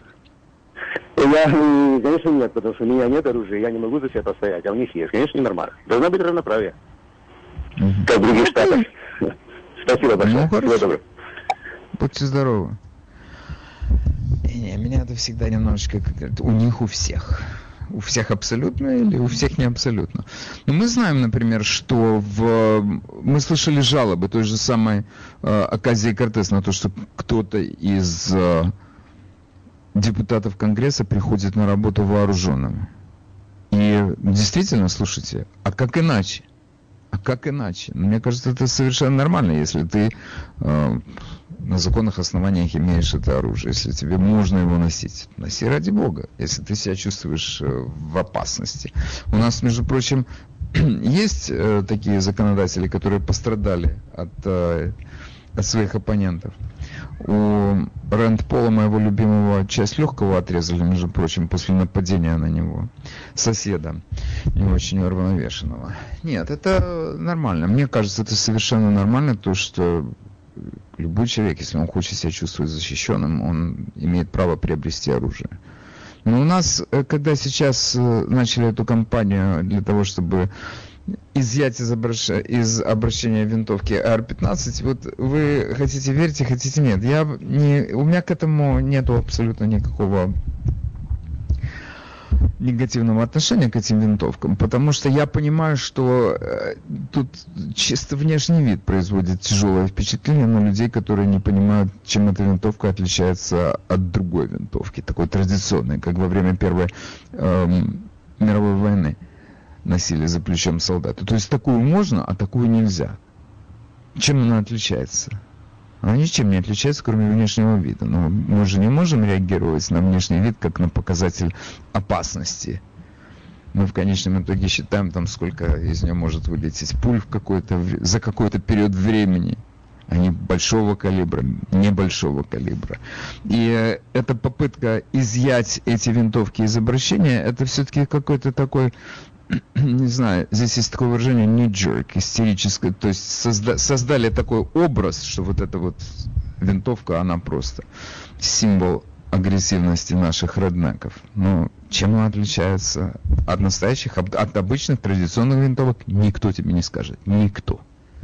Я, конечно, нет, потому что у меня нет оружия, я не могу за себя постоять, а у них есть. Конечно, ненормально. Должна быть равноправие. Как в других штатах. Спасибо большое. Всего доброго. Будьте здоровы. Не, меня это всегда немножечко как у них у всех. У всех абсолютно или у всех не абсолютно. Но мы знаем, например, что мы слышали жалобы той же самой Оказии-Кортес на то, что кто-то из депутатов Конгресса приходит на работу вооруженным. И действительно, слушайте, а как иначе? А как иначе? Мне кажется, это совершенно нормально, если ты на законных основаниях имеешь это оружие, если тебе можно его носить. Носи ради бога, если ты себя чувствуешь в опасности. У нас, между прочим, есть такие законодатели, которые пострадали от своих оппонентов. У Рэнд Пола, моего любимого, часть легкого отрезали, между прочим, после нападения на него, соседа, не очень уравновешенного. Нет, это нормально. Мне кажется, это совершенно нормально, то, что любой человек, если он хочет себя чувствовать защищенным, он имеет право приобрести оружие. Но у нас, когда сейчас начали эту кампанию для того, чтобы изъять из обращения винтовки AR-15, вот вы хотите верьте, хотите нет. У меня к этому нету абсолютно никакого негативного отношения к этим винтовкам, потому что я понимаю, что тут чисто внешний вид производит тяжелое впечатление на людей, которые не понимают, чем эта винтовка отличается от другой винтовки, такой традиционной, как во время Первой мировой войны носили за плечом солдаты. То есть такую можно, а такую нельзя. Чем она отличается? Она ничем не отличается, кроме внешнего вида. Но мы же не можем реагировать на внешний вид, как на показатель опасности. Мы в конечном итоге считаем, там, сколько из нее может вылететь пуль за какой-то период времени. Они большого калибра, небольшого калибра. И эта попытка изъять эти винтовки из обращения, это все-таки какой-то такой, не знаю, здесь есть такое выражение knee-jerk, истерическое, то есть создали такой образ, что вот эта вот винтовка, она просто символ агрессивности наших реднеков. Но чем она отличается от настоящих, от обычных традиционных винтовок, никто тебе не скажет. Никто.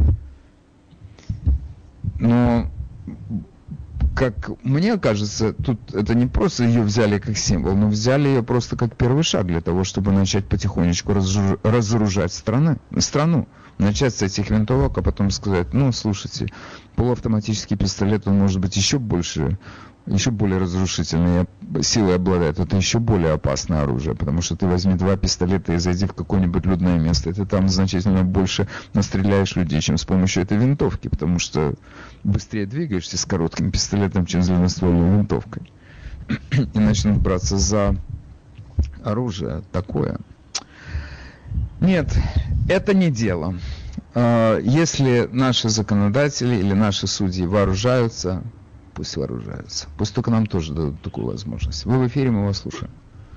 Но, как мне кажется, тут это не просто ее взяли как символ, но взяли ее просто как первый шаг для того, чтобы начать потихонечку разоружать страну. Начать с этих винтовок, а потом сказать, ну, слушайте, полуавтоматический пистолет, он может быть еще более разрушительной силой обладает. Это еще более опасное оружие, потому что ты возьми 2 пистолета и зайди в какое-нибудь людное место, и ты там значительно больше настреляешь людей, чем с помощью этой винтовки, потому что быстрее двигаешься с коротким пистолетом, чем с длинноствольной винтовкой. И начнут браться за оружие такое. Нет, это не дело. Если наши законодатели или наши судьи вооружаются, пусть вооружаются. Пусть только нам тоже дадут такую возможность. Вы в эфире, мы вас слушаем.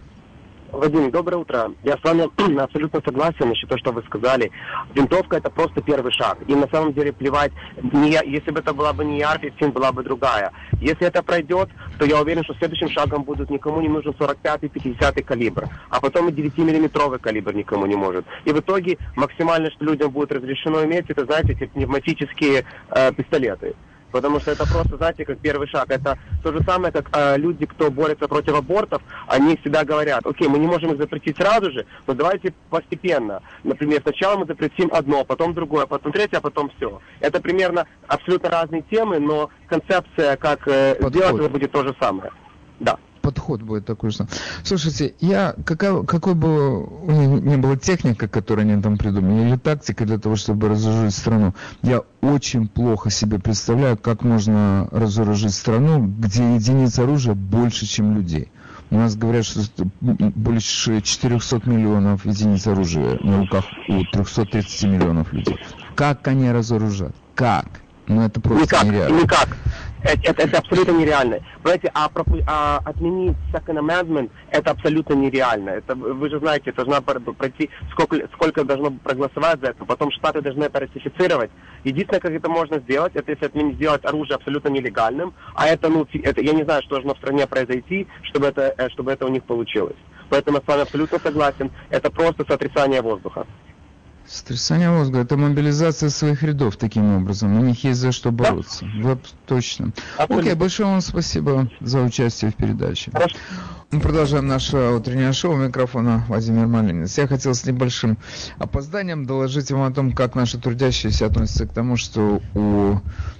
Вадим, доброе утро. Я с вами абсолютно согласен насчет того, что вы сказали. Винтовка — это просто первый шаг. И на самом деле плевать, если бы это была бы не AR-15, была бы другая. Если это пройдет, то я уверен, что следующим шагом будет никому не нужен 45-й, 50-й калибр. А потом и 9-миллиметровый калибр никому не может. И в итоге максимально, что людям будет разрешено иметь, это, знаете, эти пневматические пистолеты. Потому что это просто, знаете, как первый шаг. Это то же самое, как люди, кто борется против абортов, они всегда говорят: окей, мы не можем их запретить сразу же, но давайте постепенно. Например, сначала мы запретим одно, потом другое, потом третье, а потом все. Это примерно абсолютно разные темы, но концепция, как сделать это, будет то же самое. Да. Подход будет такой же. Слушайте, какой бы у них ни была техника, которую они там придумали, или тактика для того, чтобы разоружить страну, я очень плохо себе представляю, как можно разоружить страну, где единиц оружия больше, чем людей. У нас говорят, что больше 400 миллионов единиц оружия на руках у 330 миллионов людей. Как они разоружат? Как? Ну это просто нереально. Никак. Это абсолютно нереально. Понимаете, отменить Second Amendment — это абсолютно нереально. Это, вы же знаете, это должна пройти, сколько должно проголосовать за это, потом штаты должны это ратифицировать. Единственное, как это можно сделать, это если сделать оружие абсолютно нелегальным, а это я не знаю, что должно в стране произойти, чтобы это у них получилось. Поэтому я с вами абсолютно согласен. Это просто сотрясание воздуха. Сотрясание мозга — это мобилизация своих рядов таким образом. У них есть за что бороться. Да. Точно. Окей, большое вам спасибо за участие в передаче. Хорошо. Мы продолжаем наше утреннее шоу. У микрофона Владимир Малинец. Я хотел с небольшим опозданием доложить вам о том, как наши трудящиеся относятся к тому, что у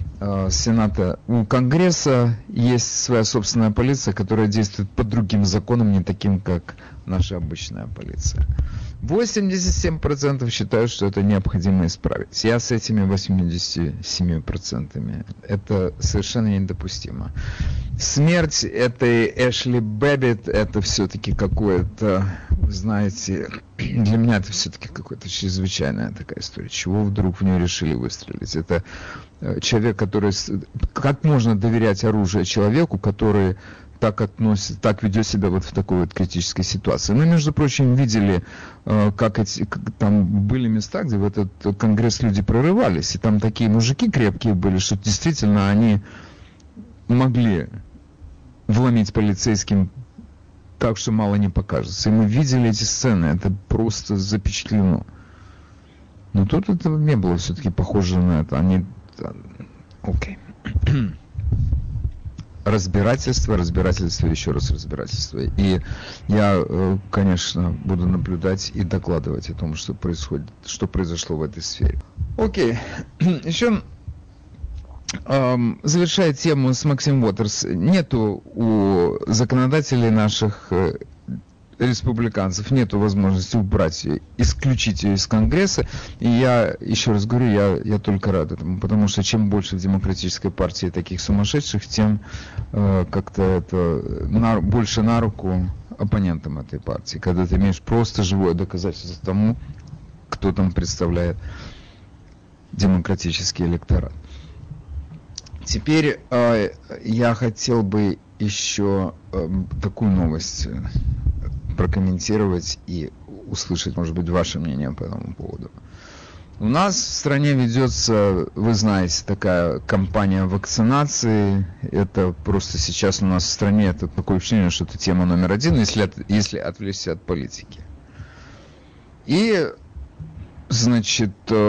Сената, у Конгресса есть своя собственная полиция, которая действует по другим законам, не таким, как наша обычная полиция. 87% считают, что это необходимо исправить. Я с этими 87%. Это совершенно недопустимо. Смерть этой Эшли Бэббит — это все-таки какое-то, вы знаете, для меня это все-таки какая-то чрезвычайная такая история. Чего вдруг в нее решили выстрелить? Это человек, который... Как можно доверять оружию человеку, который так ведет себя вот в такой вот критической ситуации. Мы, между прочим, видели, как там были места, где в этот конгресс люди прорывались, и там такие мужики крепкие были, что действительно они могли вломить полицейским так, что мало не покажется. И мы видели эти сцены, это просто запечатлено. Но тут это не было все-таки похоже на это. Окей. Разбирательство, еще раз разбирательство. И я, конечно, буду наблюдать и докладывать о том, что происходит, что произошло в этой сфере. Окей. Еще, завершая тему с Максим Уотерс, нету у законодателей наших республиканцев нету возможности убрать ее, исключить ее из Конгресса. И я, еще раз говорю, я только рад этому, потому что чем больше в демократической партии таких сумасшедших, тем как-то это больше на руку оппонентам этой партии, когда ты имеешь просто живое доказательство тому, кто там представляет демократический электорат. Теперь я хотел бы еще такую новость прокомментировать и услышать, может быть, ваше мнение по этому поводу. У нас в стране ведется, вы знаете, такая кампания вакцинации. Это просто сейчас у нас в стране это такое ощущение, что это тема номер один, если отвлечься от политики. И, значит,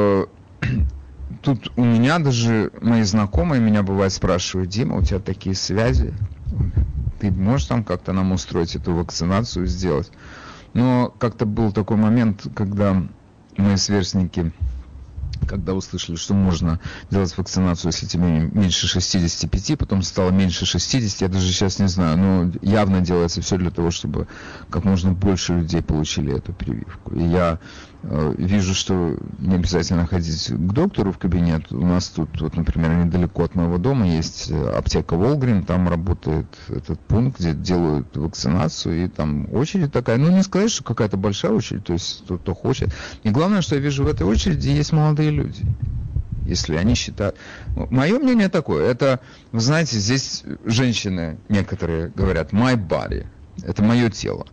тут у меня даже мои знакомые меня бывает спрашивают: Дима, у тебя такие связи, ты можешь там как-то нам устроить эту вакцинацию, сделать? Но как-то был такой момент, когда мои сверстники, когда услышали, что можно делать вакцинацию, если тебе меньше 65, потом стало меньше 60, я даже сейчас не знаю, но явно делается все для того, чтобы как можно больше людей получили эту прививку. И я вижу, что не обязательно ходить к доктору в кабинет. У нас тут, вот, например, недалеко от моего дома есть аптека Волгрин, там работает этот пункт, где делают вакцинацию, и там очередь такая, ну не сказать, что какая-то большая очередь, то есть кто хочет. И главное, что я вижу в этой очереди, есть молодые люди. Если они считают... Мое мнение такое, это, вы знаете, здесь женщины некоторые говорят «my body», это мое тело.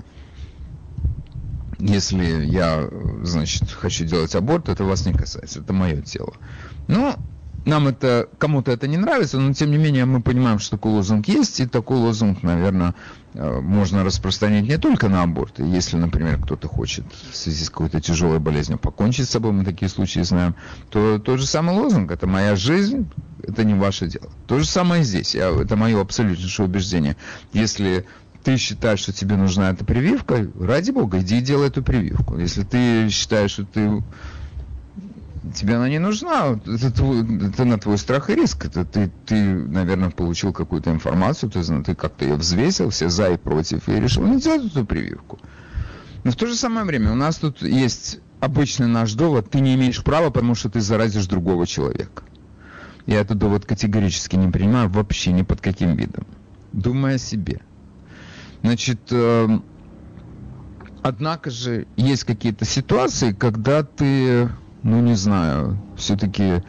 Если я, значит, хочу делать аборт, это вас не касается, это мое тело. Но нам это, кому-то это не нравится, но тем не менее мы понимаем, что такой лозунг есть, и такой лозунг, наверное, можно распространить не только на аборты. Если, например, кто-то хочет в связи с какой-то тяжелой болезнью покончить с собой, мы такие случаи знаем, то тот же самый лозунг, это моя жизнь, это не ваше дело. То же самое здесь, это мое абсолютнейшее убеждение. Если ты считаешь, что тебе нужна эта прививка, ради бога, иди и делай эту прививку. Если ты считаешь, что тебе она не нужна, это на твой страх и риск. Это ты, наверное, получил какую-то информацию, ты как-то ее взвесил, все за и против, и решил не делать эту прививку. Но в то же самое время у нас тут есть обычный наш довод: ты не имеешь права, потому что ты заразишь другого человека. Я этот довод категорически не принимаю вообще ни под каким видом. Думай о себе. Значит, однако же есть какие-то ситуации, когда ты, не знаю, все-таки,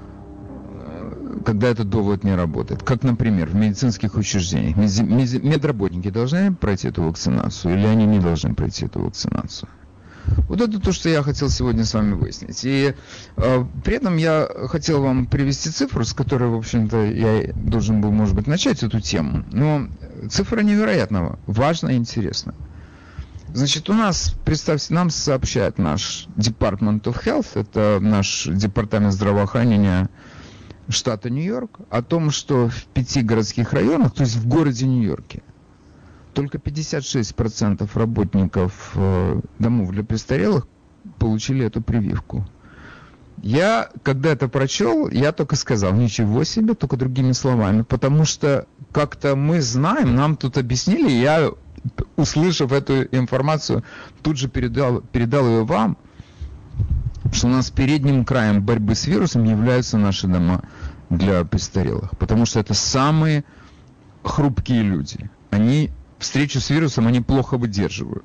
когда этот довод не работает. Как, например, в медицинских учреждениях. Медработники должны пройти эту вакцинацию или они не должны пройти эту вакцинацию? Вот это то, что я хотел сегодня с вами выяснить. И при этом я хотел вам привести цифру, с которой, в общем-то, я должен был, может быть, начать эту тему. Но цифра невероятно важна и интересна. Значит, у нас, представьте, нам сообщает наш Department of Health, это наш департамент здравоохранения штата Нью-Йорк, о том, что в 5 городских районах, то есть в городе Нью-Йорке, только 56% работников домов для престарелых получили эту прививку. Я, когда это прочел, я только сказал: ничего себе, только другими словами. Потому что как-то мы знаем, нам тут объяснили, я, услышав эту информацию, тут же передал ее вам, что у нас передним краем борьбы с вирусом являются наши дома для престарелых. Потому что это самые хрупкие люди. Они встречу с вирусом они плохо выдерживают.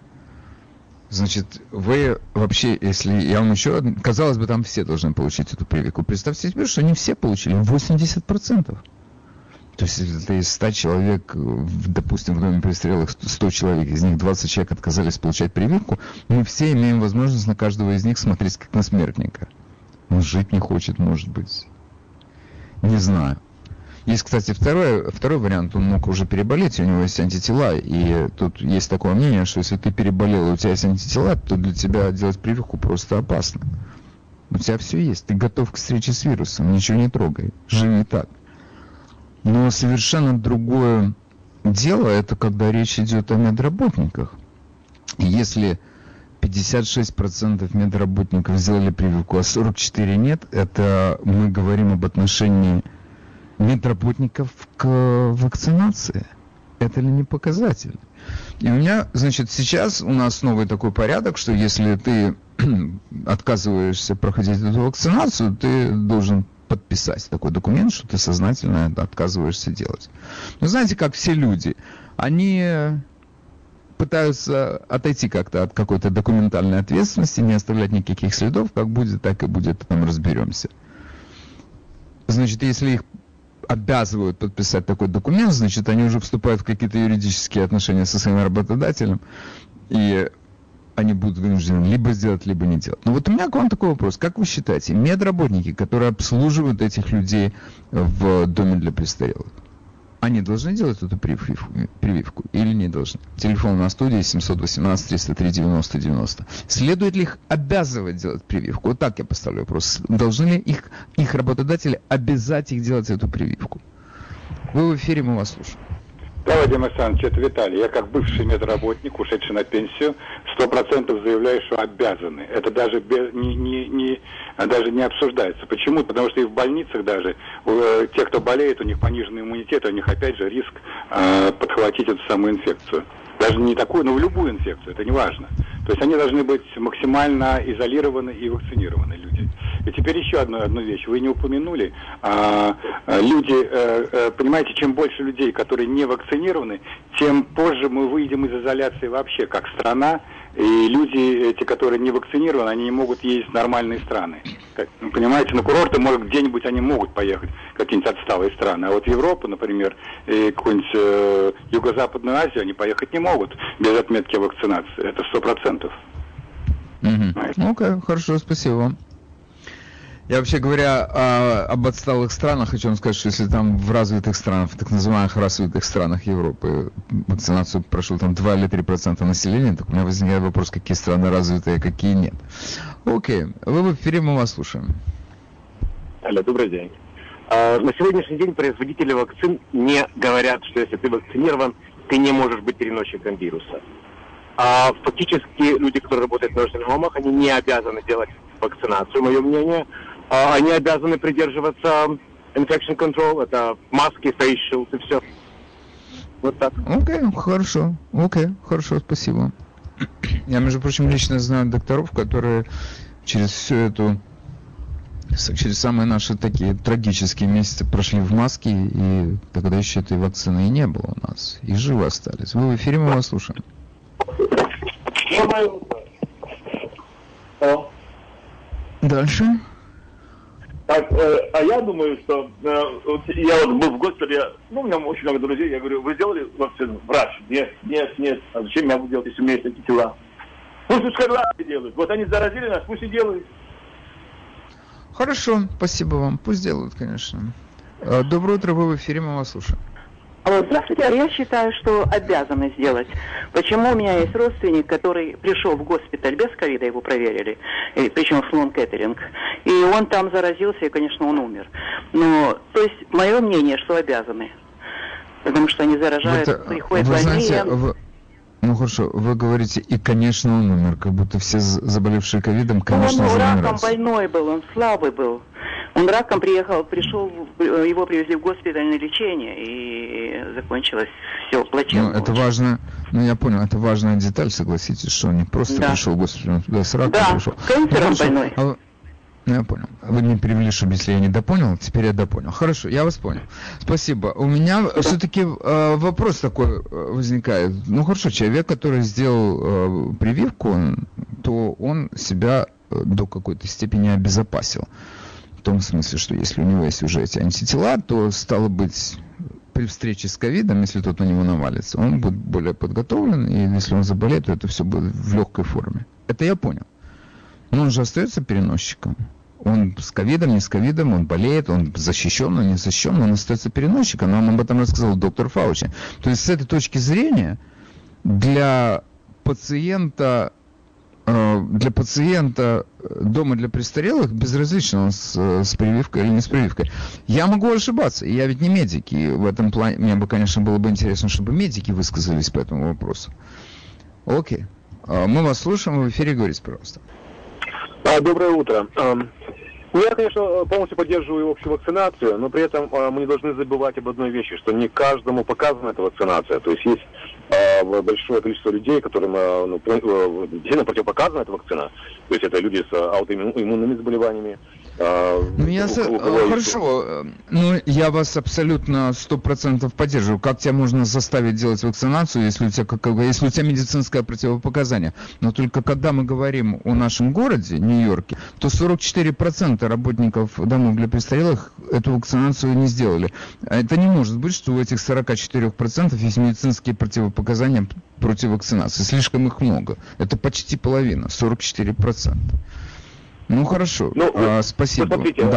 Значит, вы вообще, если я вам еще... Казалось бы, там все должны получить эту прививку. Представьте себе, что не все получили, 80%. То есть, если ты из 100 человек, допустим, в доме престарелых 100 человек, из них 20 человек отказались получать прививку, мы все имеем возможность на каждого из них смотреть как на смертника. Он жить не хочет, может быть. Не знаю. Есть, кстати, второй вариант, он мог уже переболеть, у него есть антитела, и тут есть такое мнение, что если ты переболел, и у тебя есть антитела, то для тебя делать прививку просто опасно. У тебя все есть, ты готов к встрече с вирусом, ничего не трогай, живи так. Но совершенно другое дело, это когда речь идет о медработниках. Если 56% медработников сделали прививку, а 44% нет, это мы говорим об отношении медработников к вакцинации. Это ли не показатель? И у меня, значит, сейчас у нас новый такой порядок, что если ты отказываешься проходить эту вакцинацию, ты должен подписать такой документ, что ты сознательно отказываешься делать. Но знаете, как все люди, они пытаются отойти как-то от какой-то документальной ответственности, не оставлять никаких следов, как будет, так и будет, потом разберемся. Значит, если их обязывают подписать такой документ, значит, они уже вступают в какие-то юридические отношения со своим работодателем, и они будут вынуждены либо сделать, либо не делать. Но вот у меня к вам такой вопрос. Как вы считаете, медработники, которые обслуживают этих людей в доме для престарелых, они должны делать эту прививку или не должны? Телефон на студии 718-303-90-90. Следует ли их обязывать делать прививку? Вот так я поставлю вопрос. Должны ли их работодатели обязать их делать эту прививку? Вы в эфире, мы вас слушаем. Да, Владимир Александрович, это Виталий. Я как бывший медработник, ушедший на пенсию, 100% заявляю, что обязаны. Это даже даже не обсуждается. Почему? Потому что и в больницах даже те, кто болеет, у них пониженный иммунитет, у них опять же риск подхватить эту самую инфекцию. Даже не такую, но в любую инфекцию, это не важно. То есть они должны быть максимально изолированы и вакцинированы люди. И теперь еще одну вещь. Вы не упомянули. Люди, понимаете, чем больше людей, которые не вакцинированы, тем позже мы выйдем из изоляции вообще, как страна, И люди, эти, которые не вакцинированы, они не могут ездить в нормальные страны. Понимаете, на курорты, может, где-нибудь они могут поехать, какие-нибудь отсталые страны. А вот в Европу, например, и какую-нибудь Юго-Западную Азию они поехать не могут без отметки о вакцинации. Это 100%. Окей, хорошо, спасибо вам. Я вообще говоря об отсталых странах, хочу вам сказать, что если там в развитых странах, в так называемых развитых странах Европы вакцинацию прошло там 2 или 3% населения, так у меня возникает вопрос, какие страны развитые, а какие нет. Окей, вы в эфире, мы вас слушаем. Алло, добрый день. На сегодняшний день производители вакцин не говорят, что если ты вакцинирован, ты не можешь быть переносчиком вируса. А фактически люди, которые работают в научных домах, они не обязаны делать вакцинацию, мое мнение. Они обязаны придерживаться infection control, это маски, face shield и все. Вот так. Окей, хорошо, спасибо. Я, между прочим, лично знаю докторов, которые через самые наши такие трагические месяцы прошли в маске, и тогда еще этой вакцины и не было у нас, и живы остались. Вы в эфире, мы вас слушаем. Дальше. Так, а я думаю, что вот я вот был в госпитале, у меня очень много друзей, я говорю, вы сделали вакцину? Врач, нет, а зачем я буду делать, если у меня есть такие дела? Пусть ускорляют делают, вот они заразили нас, пусть и делают. Хорошо, спасибо вам, пусть делают, конечно. Доброе утро, вы в эфире, мы вас слушаем. Здравствуйте, я считаю, что обязаны сделать. Почему? У меня есть родственник, который пришел в госпиталь без ковида, его проверили, причем в Слон Кеттеринг, и он там заразился, и, конечно, он умер. Но, то есть, мое мнение, что обязаны, потому что они заражают, приходят больные. Ну хорошо, вы говорите, и, конечно, он умер, как будто все заболевшие ковидом, конечно, он раком умирают. больной был, он слабый был. Он раком пришел, его привезли в госпиталь на лечение, и закончилось все плачевно. Ну, это важно, я понял, это важная деталь, согласитесь, что он не просто пришел в госпиталь, он туда с раком пришел. Да, канцером больной. Я понял. Вы мне перевели, чтобы если я не допонял, теперь я допонял. Хорошо, я вас понял. Спасибо. У меня все-таки вопрос такой возникает. Ну хорошо, человек, который сделал прививку, то он себя до какой-то степени обезопасил. В том смысле, что если у него есть уже эти антитела, то стало быть, при встрече с ковидом, если тот на него навалится, он будет более подготовлен, и если он заболеет, то это все будет в легкой форме. Это я понял. Но он же остается переносчиком. Он с ковидом, не с ковидом, он болеет, он защищен, он не защищен, он остается переносчиком. Нам об этом рассказал доктор Фаучи. То есть с этой точки зрения для пациента дома для престарелых безразлично, он с прививкой или не с прививкой. Я могу ошибаться, я ведь не медик, и в этом плане мне бы, конечно, было бы интересно, чтобы медики высказались по этому вопросу. Окей. Мы вас слушаем, в эфире, говорите, пожалуйста. Доброе утро. Я, конечно, полностью поддерживаю общую вакцинацию, но при этом мы не должны забывать об одной вещи, что не каждому показана эта вакцинация. То есть есть большое количество людей, которым действительно противопоказана эта вакцина. То есть это люди с аутоиммунными заболеваниями. Хорошо. Я вас абсолютно 100% поддерживаю. Как тебя можно заставить делать вакцинацию, если у тебя медицинское противопоказание? Но только когда мы говорим о нашем городе, Нью-Йорке, то 44% работников домов для престарелых эту вакцинацию не сделали. Это не может быть, что у этих 44% есть медицинские противопоказания против вакцинации. Слишком их много. Это почти половина, 44%. Ну хорошо, спасибо. Посмотрите,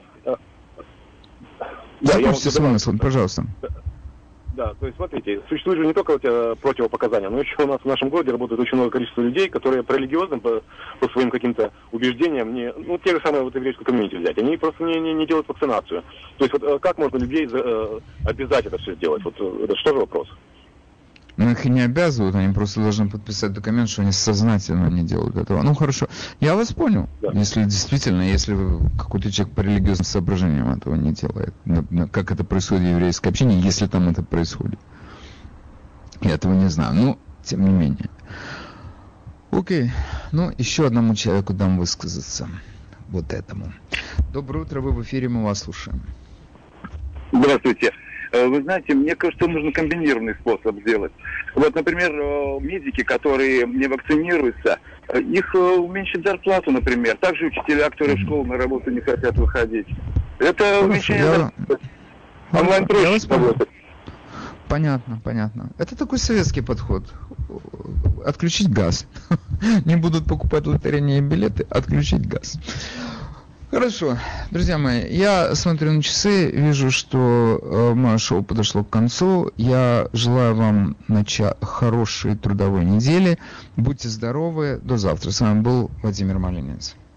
закончите свой мысль, пожалуйста. Да, то есть смотрите, существуют же не только противопоказания, но еще у нас в нашем городе работает очень много количества людей, которые по религиозным, по своим каким-то убеждениям, те же самые еврейскую комьюнити взять, они просто не делают вакцинацию. То есть как можно людей обязать это все сделать? Вот это что же вопрос? Но их и не обязывают, они просто должны подписать документ, что они сознательно не делают этого. Ну хорошо, я вас понял. Да. Если какой-то человек по религиозным соображениям этого не делает, как это происходит в еврейской общине, если там это происходит. Я этого не знаю, но тем не менее. Окей, еще одному человеку дам высказаться. Вот этому. Доброе утро, вы в эфире, мы вас слушаем. Здравствуйте. Вы знаете, мне кажется, нужно комбинированный способ сделать. Вот, например, медики, которые не вакцинируются, их уменьшить зарплату, например. Также учителя, которые в школу на работу не хотят выходить. Это уменьшение зарплаты. Онлайн проще работать. Понятно. Это такой советский подход. Отключить газ. Не будут покупать лотерейные билеты, отключить газ. Хорошо, друзья мои, я смотрю на часы, вижу, что мое шоу подошло к концу. Я желаю вам хорошей трудовой недели. Будьте здоровы. До завтра. С вами был Владимир Малинец.